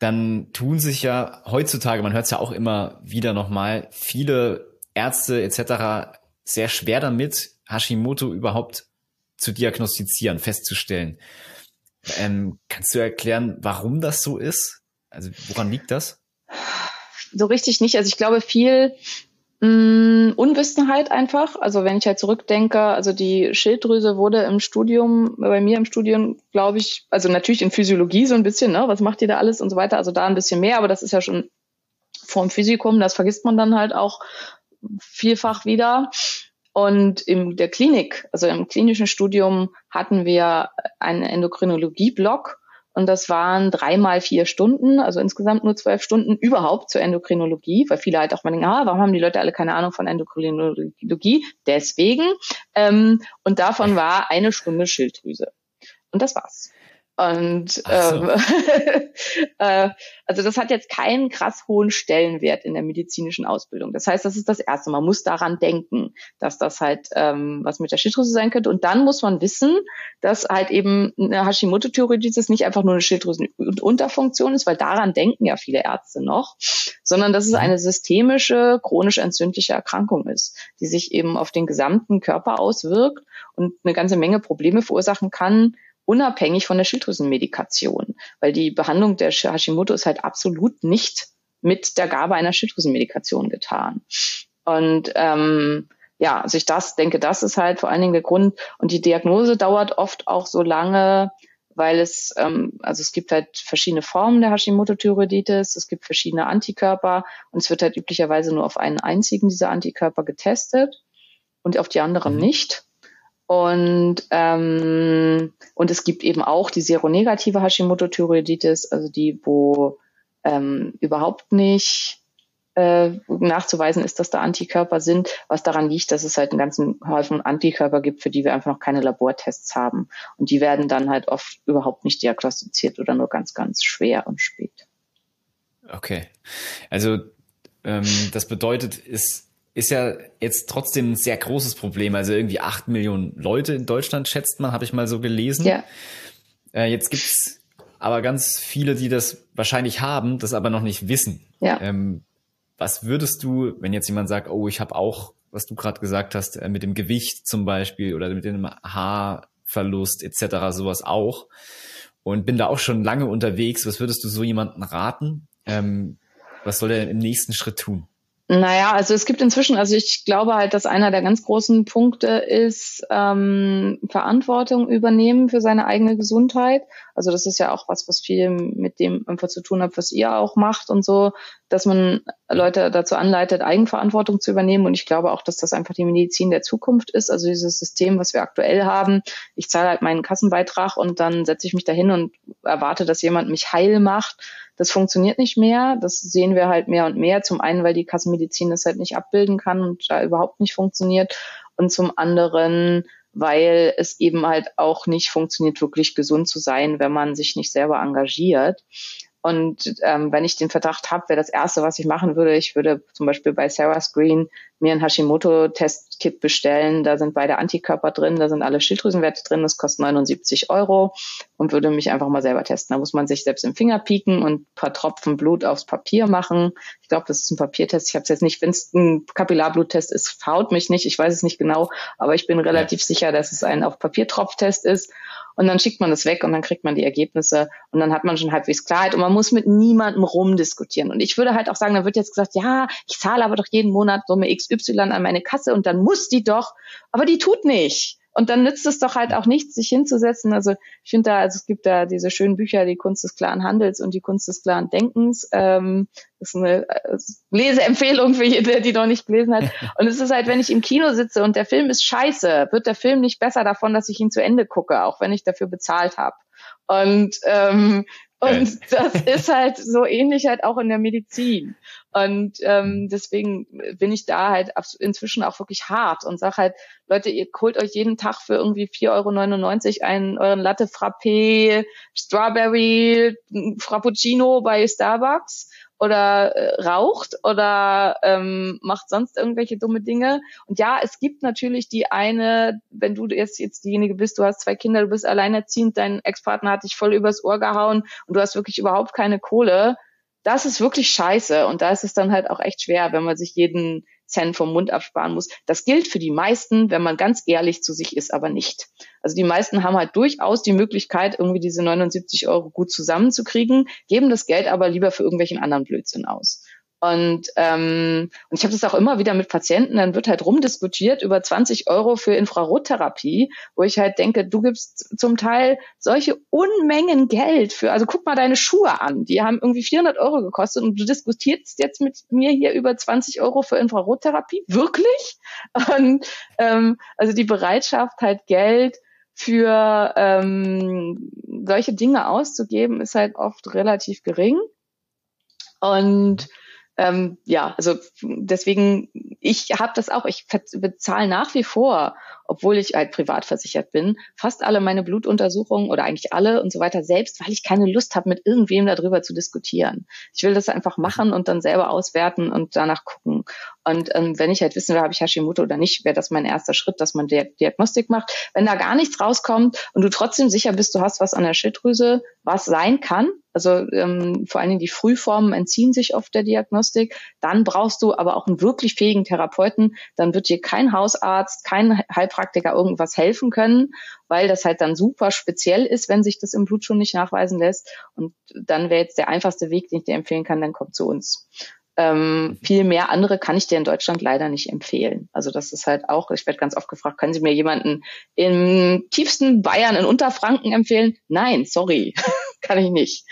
dann tun sich ja heutzutage, man hört es ja auch immer wieder nochmal, viele Ärzte etc. sehr schwer damit, Hashimoto überhaupt zu diagnostizieren, festzustellen. Kannst du erklären, warum das so ist? Also woran liegt das? So richtig nicht. Also ich glaube viel Unwissenheit einfach. Also wenn ich halt zurückdenke, also die Schilddrüse wurde bei mir im Studium, glaube ich, also natürlich in Physiologie so ein bisschen, ne, was macht ihr da alles und so weiter, also da ein bisschen mehr, aber das ist ja schon vorm Physikum, das vergisst man dann halt auch vielfach wieder. Und in der Klinik, also im klinischen Studium, hatten wir einen Endokrinologie-Block. Und das waren 3 mal 4 Stunden, also insgesamt nur 12 Stunden überhaupt zur Endokrinologie, weil viele halt auch mal denken, warum haben die Leute alle keine Ahnung von Endokrinologie? Deswegen. Und davon war 1 Stunde Schilddrüse. Und das war's. Und so. Also das hat jetzt keinen krass hohen Stellenwert in der medizinischen Ausbildung. Das heißt, das ist das Erste. Man muss daran denken, dass das halt was mit der Schilddrüse sein könnte. Und dann muss man wissen, dass halt eben eine Hashimoto-Thyreoiditis nicht einfach nur eine Schilddrüsenunterfunktion ist, weil daran denken ja viele Ärzte noch, sondern dass es eine systemische, chronisch entzündliche Erkrankung ist, die sich eben auf den gesamten Körper auswirkt und eine ganze Menge Probleme verursachen kann, unabhängig von der Schilddrüsenmedikation, weil die Behandlung der Hashimoto ist halt absolut nicht mit der Gabe einer Schilddrüsenmedikation getan. Und also ich denke, das ist halt vor allen Dingen der Grund. Und die Diagnose dauert oft auch so lange, weil es gibt halt verschiedene Formen der Hashimoto-Thyreoiditis, es gibt verschiedene Antikörper und es wird halt üblicherweise nur auf einen einzigen dieser Antikörper getestet und auf die anderen nicht. Und es gibt eben auch die seronegative Hashimoto-Thyreoiditis, also die, wo überhaupt nicht nachzuweisen ist, dass da Antikörper sind, was daran liegt, dass es halt einen ganzen Haufen Antikörper gibt, für die wir einfach noch keine Labortests haben. Und die werden dann halt oft überhaupt nicht diagnostiziert oder nur ganz, ganz schwer und spät. Okay. Also das bedeutet, ist ja jetzt trotzdem ein sehr großes Problem. Also irgendwie 8 Millionen Leute in Deutschland schätzt man, habe ich mal so gelesen. Ja. Jetzt gibt's aber ganz viele, die das wahrscheinlich haben, das aber noch nicht wissen. Ja. Was würdest du, wenn jetzt jemand sagt, ich habe auch, was du gerade gesagt hast, mit dem Gewicht zum Beispiel oder mit dem Haarverlust etc. sowas auch und bin da auch schon lange unterwegs, was würdest du so jemandem raten? Was soll er im nächsten Schritt tun? Naja, also es gibt inzwischen, also ich glaube halt, dass einer der ganz großen Punkte ist, Verantwortung übernehmen für seine eigene Gesundheit. Also das ist ja auch was viel mit dem einfach zu tun hat, was ihr auch macht und so, dass man Leute dazu anleitet, Eigenverantwortung zu übernehmen. Und ich glaube auch, dass das einfach die Medizin der Zukunft ist. Also dieses System, was wir aktuell haben. Ich zahle halt meinen Kassenbeitrag und dann setze ich mich dahin und erwarte, dass jemand mich heil macht. Das funktioniert nicht mehr. Das sehen wir halt mehr und mehr. Zum einen, weil die Kassenmedizin das halt nicht abbilden kann und da überhaupt nicht funktioniert. Und zum anderen, weil es eben halt auch nicht funktioniert, wirklich gesund zu sein, wenn man sich nicht selber engagiert. Und wenn ich den Verdacht habe, wäre das Erste, was ich machen würde, ich würde zum Beispiel bei Sarah Screen mir ein Hashimoto-Testkit bestellen. Da sind beide Antikörper drin, da sind alle Schilddrüsenwerte drin, das kostet 79 € und würde mich einfach mal selber testen. Da muss man sich selbst im Finger pieken und ein paar Tropfen Blut aufs Papier machen. Ich glaube, das ist ein Papiertest. Ich habe es jetzt nicht, wenn es ein Kapillarbluttest ist, haut mich nicht, ich weiß es nicht genau, aber ich bin relativ sicher, dass es ein auf Papiertropftest ist. Und dann schickt man das weg und dann kriegt man die Ergebnisse und dann hat man schon halbwegs Klarheit und man muss mit niemandem rumdiskutieren. Und ich würde halt auch sagen, da wird jetzt gesagt, ja, ich zahle aber doch jeden Monat Summe XY an meine Kasse und dann muss die doch, aber die tut nicht. Und dann nützt es doch halt auch nichts, sich hinzusetzen. Also ich finde es gibt da diese schönen Bücher, die Kunst des klaren Handels und die Kunst des klaren Denkens. Das ist eine Leseempfehlung für jede, die noch nicht gelesen hat. Und es ist halt, wenn ich im Kino sitze und der Film ist scheiße, wird der Film nicht besser davon, dass ich ihn zu Ende gucke, auch wenn ich dafür bezahlt habe. Und das ist halt so ähnlich halt auch in der Medizin. Und deswegen bin ich da halt inzwischen auch wirklich hart und sag halt, Leute, ihr holt euch jeden Tag für irgendwie 4,99 € euren Latte Frappé, Strawberry, Frappuccino bei Starbucks oder raucht oder macht sonst irgendwelche dumme Dinge. Und ja, es gibt natürlich die eine, wenn du jetzt diejenige bist, du hast 2 Kinder, du bist alleinerziehend, dein Ex-Partner hat dich voll übers Ohr gehauen und du hast wirklich überhaupt keine Kohle. Das ist wirklich scheiße und da ist es dann halt auch echt schwer, wenn man sich jeden Cent vom Mund absparen muss. Das gilt für die meisten, wenn man ganz ehrlich zu sich ist, aber nicht. Also die meisten haben halt durchaus die Möglichkeit, irgendwie diese 79 Euro gut zusammenzukriegen, geben das Geld aber lieber für irgendwelchen anderen Blödsinn aus. Und ich habe das auch immer wieder mit Patienten, dann wird halt rumdiskutiert über 20 Euro für Infrarottherapie, wo ich halt denke, du gibst zum Teil solche Unmengen Geld für, also guck mal deine Schuhe an, die haben irgendwie 400 Euro gekostet und du diskutierst jetzt mit mir hier über 20 Euro für Infrarottherapie? Wirklich? Und also die Bereitschaft halt Geld für solche Dinge auszugeben, ist halt oft relativ gering. Und also deswegen, ich habe das auch, ich bezahle nach wie vor, obwohl ich halt privat versichert bin, fast alle meine Blutuntersuchungen oder eigentlich alle und so weiter selbst, weil ich keine Lust habe, mit irgendwem darüber zu diskutieren. Ich will das einfach machen und dann selber auswerten und danach gucken. Und wenn ich halt wissen will, habe ich Hashimoto oder nicht, wäre das mein erster Schritt, dass man Diagnostik macht. Wenn da gar nichts rauskommt und du trotzdem sicher bist, du hast was an der Schilddrüse, was sein kann, also vor allen Dingen die Frühformen entziehen sich oft der Diagnostik, dann brauchst du aber auch einen wirklich fähigen Therapeuten, dann wird dir kein Hausarzt, kein Heilpraktiker irgendwas helfen können, weil das halt dann super speziell ist, wenn sich das im Blut schon nicht nachweisen lässt. Und dann wäre jetzt der einfachste Weg, den ich dir empfehlen kann, dann komm zu uns. Viel mehr andere kann ich dir in Deutschland leider nicht empfehlen. Also das ist halt auch, ich werde ganz oft gefragt, können Sie mir jemanden im tiefsten Bayern in Unterfranken empfehlen? Nein, sorry, kann ich nicht.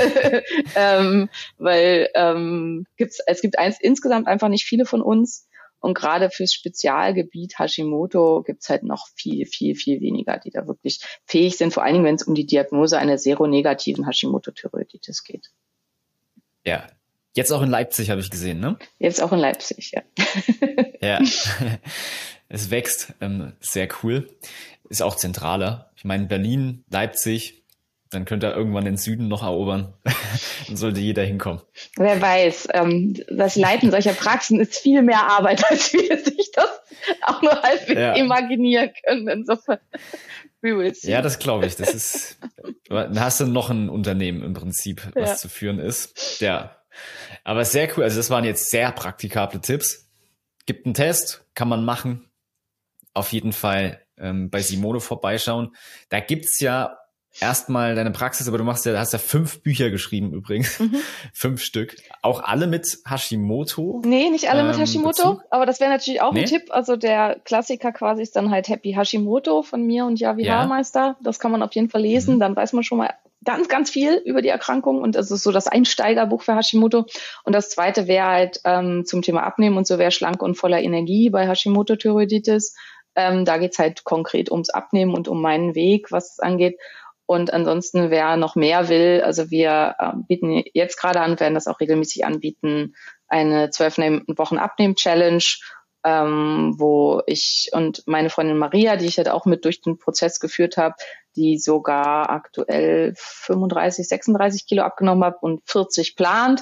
Weil es gibt insgesamt einfach nicht viele von uns und gerade fürs Spezialgebiet Hashimoto gibt's halt noch viel, viel, viel weniger, die da wirklich fähig sind, vor allen Dingen, wenn es um die Diagnose einer seronegativen Hashimoto-Thyreoiditis geht. Ja. Jetzt auch in Leipzig, habe ich gesehen, ne? Jetzt auch in Leipzig, ja. Ja, es wächst, sehr cool. Ist auch zentraler. Ich meine, Berlin, Leipzig, dann könnte er irgendwann den Süden noch erobern. Dann sollte jeder hinkommen. Wer weiß, das Leiten solcher Praxen ist viel mehr Arbeit, als wir sich das auch nur halbwegs imaginieren können. Insofern, we will see. Ja, das glaube ich. Das ist, dann hast du noch ein Unternehmen im Prinzip, was zu führen ist. Ja. Aber sehr cool, also das waren jetzt sehr praktikable Tipps. Gibt einen Test, kann man machen. Auf jeden Fall bei Simone vorbeischauen. Da gibt's ja erstmal deine Praxis, aber du hast ja 5 Bücher geschrieben übrigens. 5 Stück. Auch alle mit Hashimoto? Nee, nicht alle mit Hashimoto, aber das wäre natürlich auch ein Tipp. Also der Klassiker quasi ist dann halt Happy Hashimoto von mir und Javi Haarmeister. Das kann man auf jeden Fall lesen, dann weiß man schon mal ganz, ganz viel über die Erkrankung und das ist so das Einsteigerbuch für Hashimoto. Und das zweite wäre halt zum Thema Abnehmen und so wäre Schlank und voller Energie bei Hashimoto-Thyreoiditis. Da geht's halt konkret ums Abnehmen und um meinen Weg, was es angeht. Und ansonsten, wer noch mehr will, also wir bieten jetzt gerade an, werden das auch regelmäßig anbieten, eine 12 Wochen Abnehm-Challenge, wo ich und meine Freundin Maria, die ich halt auch mit durch den Prozess geführt habe, die sogar aktuell 35, 36 Kilo abgenommen hat und 40 plant,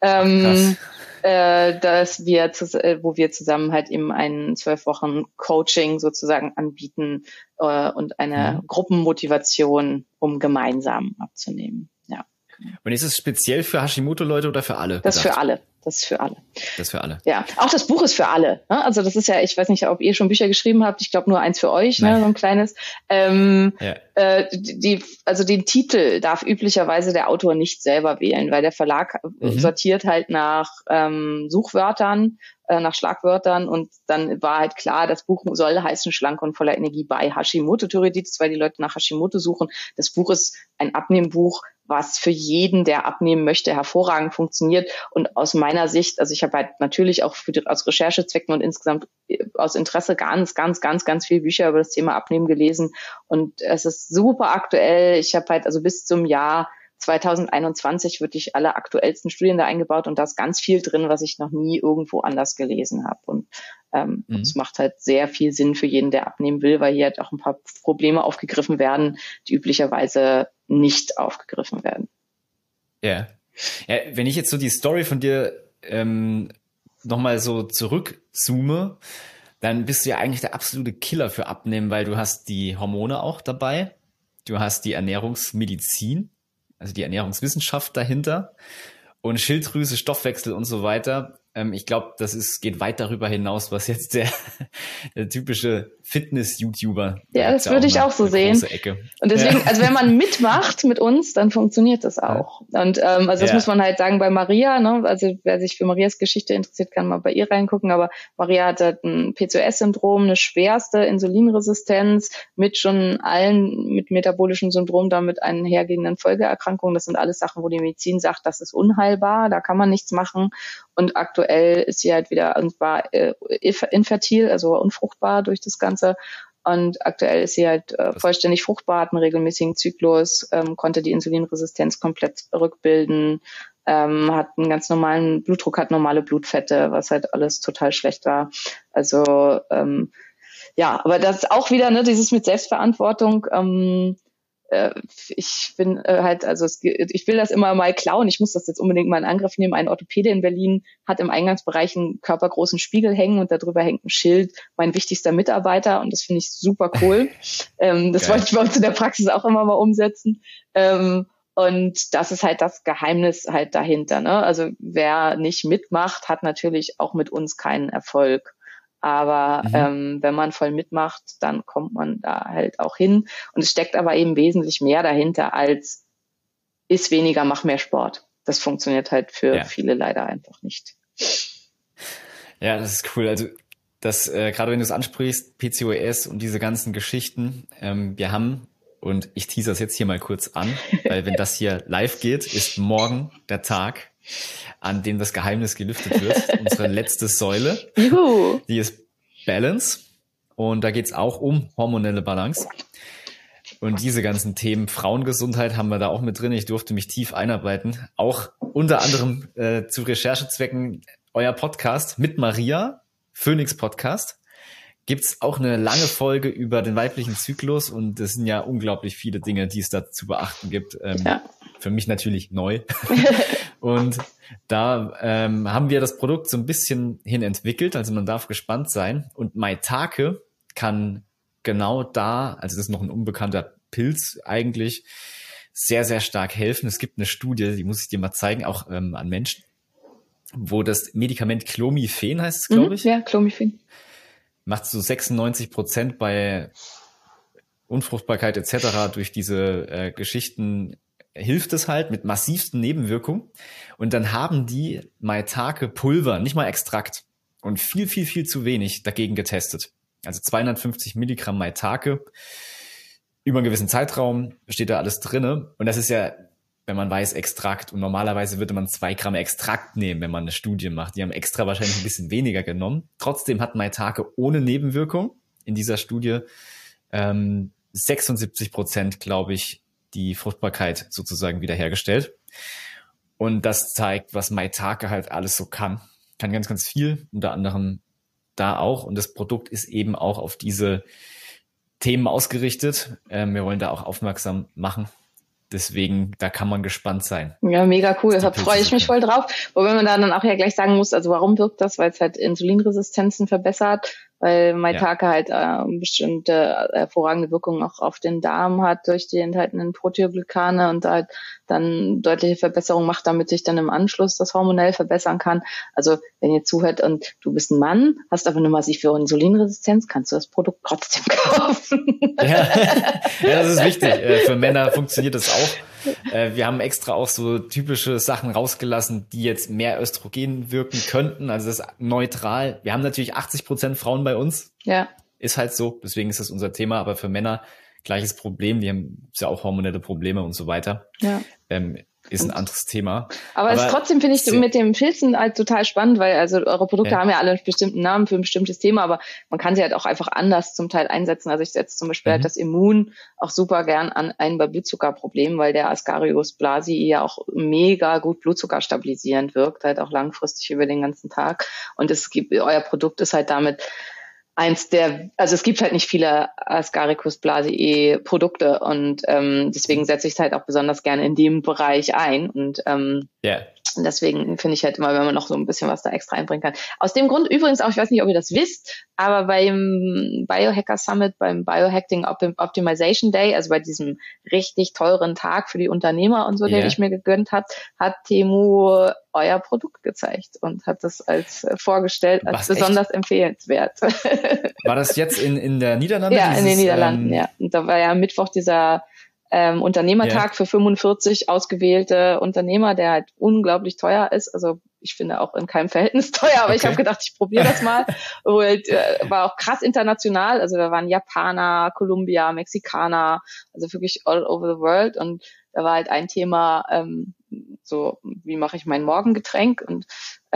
dass wir, wo wir zusammen halt eben einen 12 Wochen Coaching sozusagen anbieten und eine Gruppenmotivation, um gemeinsam abzunehmen. Ja. Und ist es speziell für Hashimoto-Leute oder für alle? Das ist für alle. Das ist für alle. Das ist für alle. Ja, auch das Buch ist für alle. Ne? Also das ist ja, ich weiß nicht, ob ihr schon Bücher geschrieben habt. Ich glaube nur eins für euch, ne? So ein kleines. Also den Titel darf üblicherweise der Autor nicht selber wählen, weil der Verlag sortiert halt nach Suchwörtern, nach Schlagwörtern und dann war halt klar, das Buch soll heißen Schlank und voller Energie bei Hashimoto-Thyreoiditis, weil die Leute nach Hashimoto suchen. Das Buch ist ein Abnehmbuch, was für jeden, der abnehmen möchte, hervorragend funktioniert. Und aus meiner Sicht, also ich habe halt natürlich auch aus Recherchezwecken und insgesamt aus Interesse ganz, ganz, ganz, ganz viele Bücher über das Thema Abnehmen gelesen. Und es ist super aktuell. Ich habe halt also bis zum Jahr 2021 wirklich alle aktuellsten Studien da eingebaut und da ist ganz viel drin, was ich noch nie irgendwo anders gelesen habe. Und es macht halt sehr viel Sinn für jeden, der abnehmen will, weil hier halt auch ein paar Probleme aufgegriffen werden, die üblicherweise nicht aufgegriffen werden. Ja. Ja, wenn ich jetzt so die Story von dir nochmal so zurückzoome, dann bist du ja eigentlich der absolute Killer für Abnehmen, weil du hast die Hormone auch dabei, du hast die Ernährungsmedizin, also die Ernährungswissenschaft dahinter und Schilddrüse, Stoffwechsel und so weiter. Ich glaube, geht weit darüber hinaus, was jetzt der typische Fitness-YouTuber. Ja, das würde ich auch so sehen. Und deswegen, also wenn man mitmacht mit uns, dann funktioniert das auch. Und also das muss man halt sagen bei Maria, ne? Also wer sich für Marias Geschichte interessiert, kann mal bei ihr reingucken. Aber Maria hat halt ein PCOS-Syndrom, eine schwerste Insulinresistenz mit metabolischem Syndrom, damit einhergehenden Folgeerkrankungen. Das sind alles Sachen, wo die Medizin sagt, das ist unheilbar, da kann man nichts machen. Und aktuell ist sie halt wieder, und war infertil, also unfruchtbar durch das Ganze. Und aktuell ist sie halt vollständig fruchtbar, hat einen regelmäßigen Zyklus, konnte die Insulinresistenz komplett rückbilden, hat einen ganz normalen Blutdruck, hat normale Blutfette, was halt alles total schlecht war. Also ja, aber das ist auch wieder, ne, dieses mit Selbstverantwortung. Ich bin ich will das immer mal klauen. Ich muss das jetzt unbedingt mal in Angriff nehmen. Ein Orthopäde in Berlin hat im Eingangsbereich einen körpergroßen Spiegel hängen und darüber hängt ein Schild, mein wichtigster Mitarbeiter. Und das finde ich super cool. Das wollte ich bei uns in der Praxis auch immer mal umsetzen. Und das ist halt das Geheimnis halt dahinter, ne? Also wer nicht mitmacht, hat natürlich auch mit uns keinen Erfolg. Aber wenn man voll mitmacht, dann kommt man da halt auch hin. Und es steckt aber eben wesentlich mehr dahinter als iss weniger, mach mehr Sport. Das funktioniert halt für viele leider einfach nicht. Ja, das ist cool. Also das gerade wenn du es ansprichst, PCOS und diese ganzen Geschichten, wir haben, und ich teaser es jetzt hier mal kurz an, weil wenn das hier live geht, ist morgen der Tag, an dem das Geheimnis gelüftet wird. Unsere letzte Säule. Juhu. Die ist Balance. Und da geht's auch um hormonelle Balance. Und diese ganzen Themen Frauengesundheit haben wir da auch mit drin. Ich durfte mich tief einarbeiten. Auch unter anderem zu Recherchezwecken euer Podcast mit Maria, Phoenix Podcast. Gibt's auch eine lange Folge über den weiblichen Zyklus. Und es sind ja unglaublich viele Dinge, die es da zu beachten gibt. Für mich natürlich neu. Und da haben wir das Produkt so ein bisschen hin entwickelt, also man darf gespannt sein. Und Maitake kann genau da, also das ist noch ein unbekannter Pilz eigentlich, sehr, sehr stark helfen. Es gibt eine Studie, die muss ich dir mal zeigen, auch an Menschen, wo das Medikament Clomiphen heißt es, glaube ich. Ja, Clomiphen. Macht so 96% bei Unfruchtbarkeit etc. durch diese Geschichten hilft es halt mit massivsten Nebenwirkungen. Und dann haben die Maitake Pulver, nicht mal Extrakt, und viel, viel, viel zu wenig dagegen getestet. Also 250 Milligramm Maitake über einen gewissen Zeitraum steht da alles drinne. Und das ist ja, wenn man weiß, Extrakt. Und normalerweise würde man 2 Gramm Extrakt nehmen, wenn man eine Studie macht. Die haben extra wahrscheinlich ein bisschen weniger genommen. Trotzdem hat Maitake ohne Nebenwirkung in dieser Studie 76%, glaube ich, die Fruchtbarkeit sozusagen wiederhergestellt. Und das zeigt, was Maitake halt alles so kann. Kann ganz, ganz viel, unter anderem da auch. Und das Produkt ist eben auch auf diese Themen ausgerichtet. Wir wollen da auch aufmerksam machen. Deswegen, da kann man gespannt sein. Ja, mega cool. Da freue ich mich voll drauf. Wobei man da dann auch ja gleich sagen muss, also warum wirkt das? Weil es halt Insulinresistenzen verbessert, weil Maitake halt bestimmte hervorragende Wirkungen auch auf den Darm hat durch die enthaltenen Proteoglykane und halt dann deutliche Verbesserungen macht, damit sich dann im Anschluss das hormonell verbessern kann. Also wenn ihr zuhört und du bist ein Mann, hast aber eine massive Insulinresistenz, kannst du das Produkt trotzdem kaufen. Ja, das ist wichtig. Für Männer funktioniert das auch. Wir haben extra auch so typische Sachen rausgelassen, die jetzt mehr Östrogen wirken könnten. Also das ist neutral. Wir haben natürlich 80% Frauen bei uns. Ja. Ist halt so. Deswegen ist das unser Thema. Aber für Männer gleiches Problem. Die haben ja auch hormonelle Probleme und so weiter. Ja. Ist ein anderes Thema. Aber es trotzdem finde ich mit dem Pilzen halt total spannend, weil also eure Produkte haben ja alle einen bestimmten Namen für ein bestimmtes Thema, aber man kann sie halt auch einfach anders zum Teil einsetzen. Also ich setze zum Beispiel halt das Immun auch super gern an ein bei Blutzuckerproblemen, weil der Ascarius blasii ja auch mega gut Blutzucker stabilisierend wirkt, halt auch langfristig über den ganzen Tag. Und euer Produkt ist halt damit also es gibt halt nicht viele Agaricus blasei Produkte und deswegen setze ich es halt auch besonders gerne in dem Bereich ein und deswegen finde ich halt immer, wenn man noch so ein bisschen was da extra einbringen kann. Aus dem Grund übrigens auch, ich weiß nicht, ob ihr das wisst, aber beim Biohacker Summit, beim Biohacking Optimization Day, also bei diesem richtig teuren Tag für die Unternehmer und so, den ich mir gegönnt habe, hat Temu euer Produkt gezeigt und hat das als vorgestellt als besonders empfehlenswert. War das jetzt in der Niederlande? Ja, in den Niederlanden, ja. Und da war ja am Mittwoch dieser Unternehmertag für 45 ausgewählte Unternehmer, der halt unglaublich teuer ist. Also ich finde auch in keinem Verhältnis teuer, aber ich habe gedacht, ich probiere das mal. Und war auch krass international. Also da waren Japaner, Kolumbier, Mexikaner, also wirklich all over the world. Und da war halt ein Thema, so wie mache ich mein Morgengetränk? Und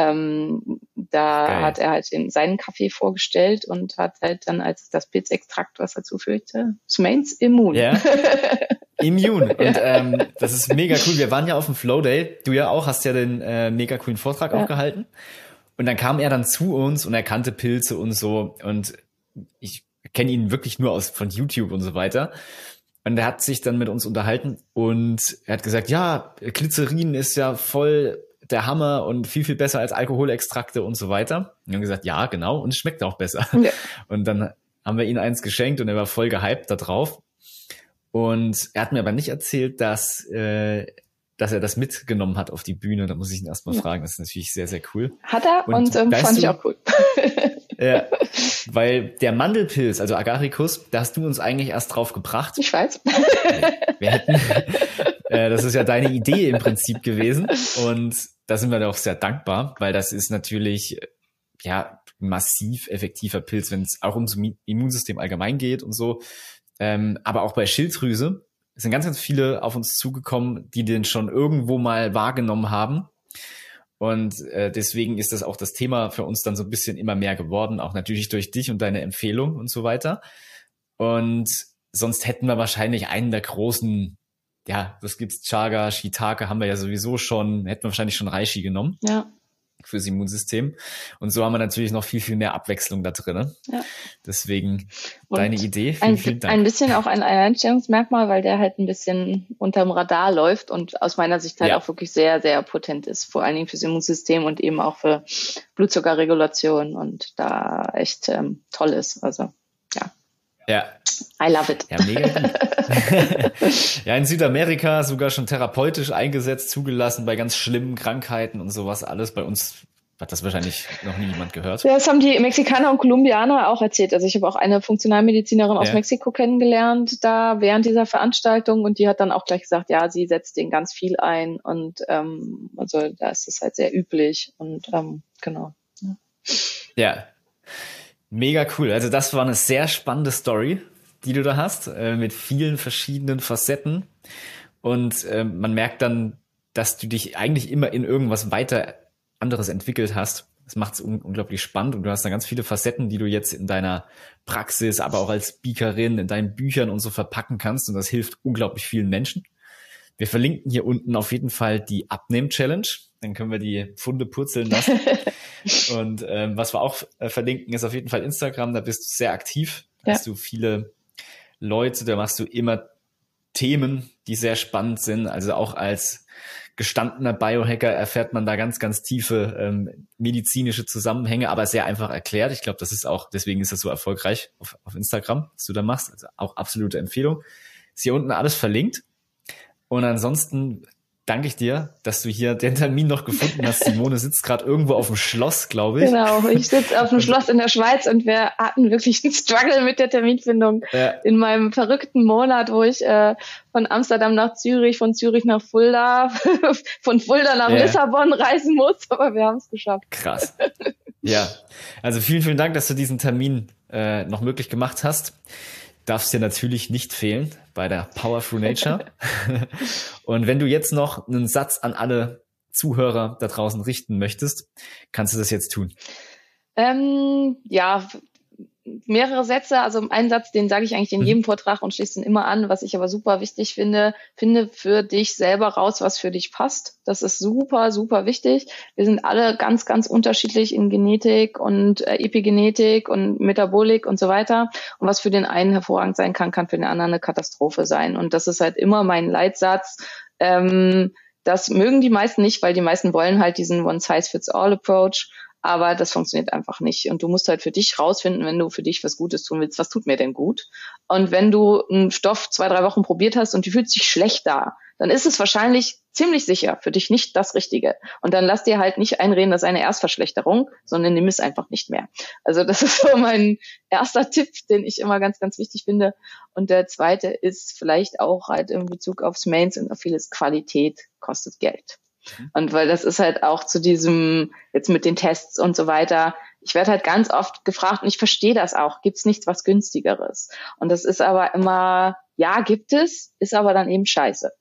da hat er halt seinen Kaffee vorgestellt und hat halt dann als das Pilzextrakt, was dazu führte, Smains Immun. Ja. Immun. Und das ist mega cool. Wir waren ja auf dem Flow Day. Du ja auch, hast ja den mega coolen Vortrag auch gehalten. Und dann kam er dann zu uns und er kannte Pilze und so. Und ich kenne ihn wirklich nur von YouTube und so weiter. Und er hat sich dann mit uns unterhalten und er hat gesagt, ja, Glycerin ist ja voll der Hammer und viel, viel besser als Alkoholextrakte und so weiter. Und wir haben gesagt, ja, genau, und es schmeckt auch besser. Ja. Und dann haben wir ihm eins geschenkt und er war voll gehypt da drauf. Und er hat mir aber nicht erzählt, dass er das mitgenommen hat auf die Bühne. Da muss ich ihn erstmal fragen. Das ist natürlich sehr, sehr cool. Hat er und fand ich auch cool. Ja, weil der Mandelpilz, also Agaricus, da hast du uns eigentlich erst drauf gebracht. Ich weiß. Wir hätten, das ist ja deine Idee im Prinzip gewesen. Und da sind wir auch sehr dankbar, weil das ist natürlich ja massiv effektiver Pilz, wenn es auch ums Immunsystem allgemein geht und so. Aber auch bei Schilddrüse sind ganz, ganz viele auf uns zugekommen, die den schon irgendwo mal wahrgenommen haben. Und deswegen ist das auch das Thema für uns dann so ein bisschen immer mehr geworden, auch natürlich durch dich und deine Empfehlung und so weiter. Und sonst hätten wir wahrscheinlich einen der großen, ja, was gibt's, Chaga, Shiitake haben wir ja sowieso schon, hätten wir wahrscheinlich schon Reishi genommen. Ja. Fürs Immunsystem. Und so haben wir natürlich noch viel, viel mehr Abwechslung da drin. Ne? Ja. Deswegen deine Idee. Vielen Dank. Ein bisschen auch ein Alleinstellungsmerkmal, weil der halt ein bisschen unterm Radar läuft und aus meiner Sicht halt auch wirklich sehr, sehr potent ist. Vor allen Dingen fürs Immunsystem und eben auch für Blutzuckerregulation und da echt toll ist. Also, ja. Ja. I love it. Ja, mega gut. Ja, in Südamerika sogar schon therapeutisch eingesetzt, zugelassen bei ganz schlimmen Krankheiten und sowas alles. Bei uns hat das wahrscheinlich noch nie jemand gehört. Ja, das haben die Mexikaner und Kolumbianer auch erzählt. Also ich habe auch eine Funktionalmedizinerin aus Mexiko kennengelernt da während dieser Veranstaltung und die hat dann auch gleich gesagt, ja, sie setzt den ganz viel ein und also da ist es halt sehr üblich und genau. Ja. Mega cool. Also das war eine sehr spannende Story, die du da hast, mit vielen verschiedenen Facetten. Und man merkt dann, dass du dich eigentlich immer in irgendwas weiter anderes entwickelt hast. Das macht es unglaublich spannend und du hast da ganz viele Facetten, die du jetzt in deiner Praxis, aber auch als Speakerin, in deinen Büchern und so verpacken kannst und das hilft unglaublich vielen Menschen. Wir verlinken hier unten auf jeden Fall die Abnehm-Challenge. Dann können wir die Pfunde purzeln lassen. Und was wir auch verlinken, ist auf jeden Fall Instagram. Da bist du sehr aktiv. Da hast du viele Leute, da machst du immer Themen, die sehr spannend sind. Also auch als gestandener Biohacker erfährt man da ganz, ganz tiefe medizinische Zusammenhänge, aber sehr einfach erklärt. Ich glaube, das ist auch, deswegen ist das so erfolgreich auf Instagram, was du da machst. Also auch absolute Empfehlung. Ist hier unten alles verlinkt. Und ansonsten danke ich dir, dass du hier den Termin noch gefunden hast. Simone sitzt gerade irgendwo auf dem Schloss, glaube ich. Genau, ich sitze auf dem Schloss in der Schweiz und wir hatten wirklich einen Struggle mit der Terminfindung in meinem verrückten Monat, wo ich von Amsterdam nach Zürich, von Zürich nach Fulda, von Fulda nach Lissabon reisen muss, aber wir haben es geschafft. Krass. Ja, also vielen, vielen Dank, dass du diesen Termin noch möglich gemacht hast. Darfst dir natürlich nicht fehlen bei der Power Through Nature. Und wenn du jetzt noch einen Satz an alle Zuhörer da draußen richten möchtest, kannst du das jetzt tun. Ja, mehrere Sätze. Also einen Satz, den sage ich eigentlich in jedem Vortrag und schließe den immer an. Was ich aber super wichtig finde, finde für dich selber raus, was für dich passt. Das ist super, super wichtig. Wir sind alle ganz, ganz unterschiedlich in Genetik und Epigenetik und Metabolik und so weiter. Und was für den einen hervorragend sein kann, kann für den anderen eine Katastrophe sein. Und das ist halt immer mein Leitsatz. Das mögen die meisten nicht, weil die meisten wollen halt diesen One-Size-Fits-All-Approach. Aber das funktioniert einfach nicht. Und du musst halt für dich rausfinden, wenn du für dich was Gutes tun willst, was tut mir denn gut? Und wenn du einen Stoff 2-3 Wochen probiert hast und die fühlt sich schlecht da, dann ist es wahrscheinlich ziemlich sicher für dich nicht das Richtige. Und dann lass dir halt nicht einreden, das ist eine Erstverschlechterung, sondern nimm es einfach nicht mehr. Also das ist so mein erster Tipp, den ich immer ganz, ganz wichtig finde. Und der zweite ist vielleicht auch halt in Bezug aufs Mains und auf vieles: Qualität kostet Geld. Und weil das ist halt auch zu diesem, jetzt mit den Tests und so weiter, ich werde halt ganz oft gefragt und ich verstehe das auch, gibt's nichts was günstigeres? Und das ist aber immer, ja, gibt es, ist aber dann eben scheiße.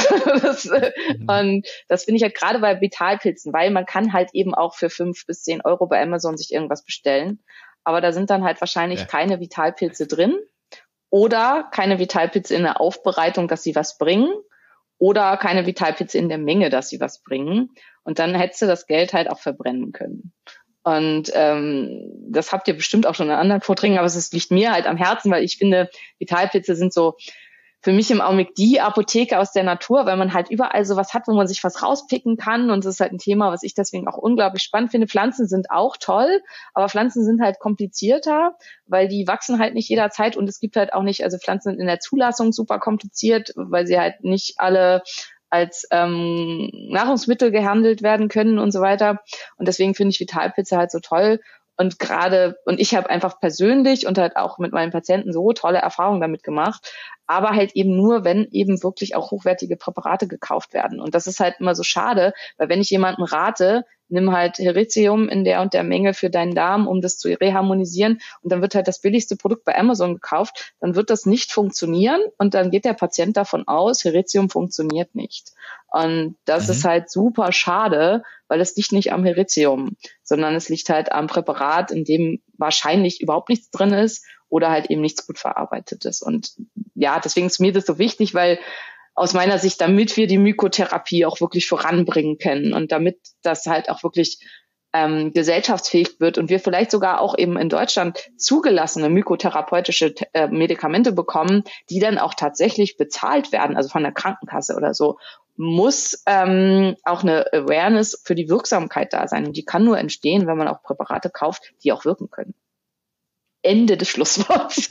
Und das finde ich halt gerade bei Vitalpilzen, weil man kann halt eben auch für 5 bis 10 Euro bei Amazon sich irgendwas bestellen, aber da sind dann halt wahrscheinlich keine Vitalpilze drin oder keine Vitalpilze in der Aufbereitung, dass sie was bringen. Oder keine Vitalpilze in der Menge, dass sie was bringen. Und dann hättest du das Geld halt auch verbrennen können. Und das habt ihr bestimmt auch schon in anderen Vorträgen, aber es liegt mir halt am Herzen, weil ich finde, Vitalpilze sind so für mich im Augenblick die Apotheke aus der Natur, weil man halt überall sowas hat, wo man sich was rauspicken kann. Und das ist halt ein Thema, was ich deswegen auch unglaublich spannend finde. Pflanzen sind auch toll, aber Pflanzen sind halt komplizierter, weil die wachsen halt nicht jederzeit und es gibt halt auch nicht, also Pflanzen sind in der Zulassung super kompliziert, weil sie halt nicht alle als Nahrungsmittel gehandelt werden können und so weiter. Und deswegen finde ich Vitalpilze halt so toll. Und ich habe einfach persönlich und halt auch mit meinen Patienten so tolle Erfahrungen damit gemacht, aber halt eben nur, wenn eben wirklich auch hochwertige Präparate gekauft werden. Und das ist halt immer so schade, weil wenn ich jemandem rate, nimm halt Hericium in der und der Menge für deinen Darm, um das zu reharmonisieren, und dann wird halt das billigste Produkt bei Amazon gekauft, dann wird das nicht funktionieren und dann geht der Patient davon aus, Hericium funktioniert nicht. Und das ist halt super schade, weil es liegt nicht am Hericium, sondern es liegt halt am Präparat, in dem wahrscheinlich überhaupt nichts drin ist oder halt eben nichts gut verarbeitet ist. Und ja, deswegen ist mir das so wichtig, weil aus meiner Sicht, damit wir die Mykotherapie auch wirklich voranbringen können und damit das halt auch wirklich gesellschaftsfähig wird und wir vielleicht sogar auch eben in Deutschland zugelassene mykotherapeutische Medikamente bekommen, die dann auch tatsächlich bezahlt werden, also von der Krankenkasse oder so, muss auch eine Awareness für die Wirksamkeit da sein. Und die kann nur entstehen, wenn man auch Präparate kauft, die auch wirken können. Ende des Schlussworts.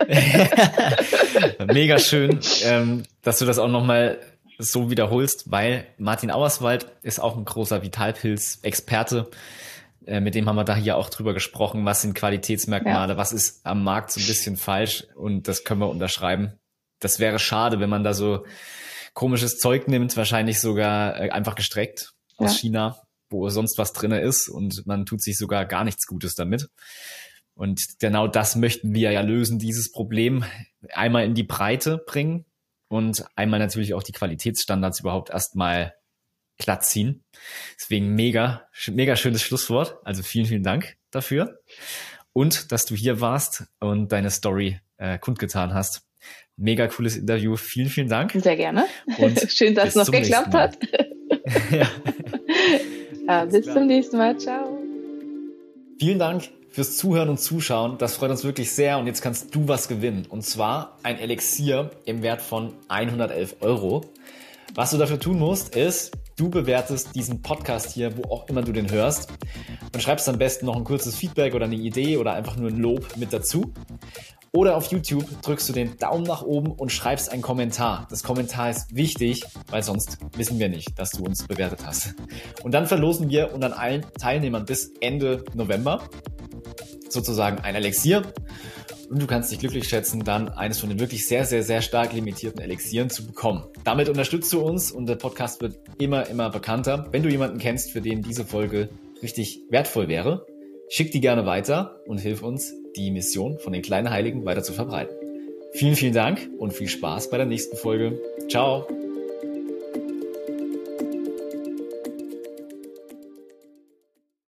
Mega schön, dass du das auch nochmal so wiederholst, weil Martin Auerswald ist auch ein großer Vitalpilz-Experte. Mit dem haben wir da hier auch drüber gesprochen, was sind Qualitätsmerkmale, was ist am Markt so ein bisschen falsch, und das können wir unterschreiben. Das wäre schade, wenn man da so komisches Zeug nimmt, wahrscheinlich sogar einfach gestreckt aus China, wo sonst was drin ist, und man tut sich sogar gar nichts Gutes damit. Und genau das möchten wir ja lösen, dieses Problem einmal in die Breite bringen und einmal natürlich auch die Qualitätsstandards überhaupt erstmal glatt ziehen. Deswegen mega schönes Schlusswort. Also vielen, vielen Dank dafür. Und dass du hier warst und deine Story kundgetan hast. Mega cooles Interview. Vielen, vielen Dank. Sehr gerne. Und schön, dass es noch geklappt hat. Bis zum nächsten Mal. Ciao. Vielen Dank fürs Zuhören und Zuschauen. Das freut uns wirklich sehr. Und jetzt kannst du was gewinnen. Und zwar ein Elixier im Wert von 111 €. Was du dafür tun musst, ist, du bewertest diesen Podcast hier, wo auch immer du den hörst, und schreibst am besten noch ein kurzes Feedback oder eine Idee oder einfach nur ein Lob mit dazu. Oder auf YouTube drückst du den Daumen nach oben und schreibst einen Kommentar. Das Kommentar ist wichtig, weil sonst wissen wir nicht, dass du uns bewertet hast. Und dann verlosen wir unter allen Teilnehmern bis Ende November sozusagen ein Elixier. Und du kannst dich glücklich schätzen, dann eines von den wirklich sehr, sehr, sehr stark limitierten Elixieren zu bekommen. Damit unterstützt du uns und der Podcast wird immer, immer bekannter. Wenn du jemanden kennst, für den diese Folge richtig wertvoll wäre, schick die gerne weiter und hilf uns, die Mission von den kleinen Heiligen weiter zu verbreiten. Vielen, vielen Dank und viel Spaß bei der nächsten Folge. Ciao!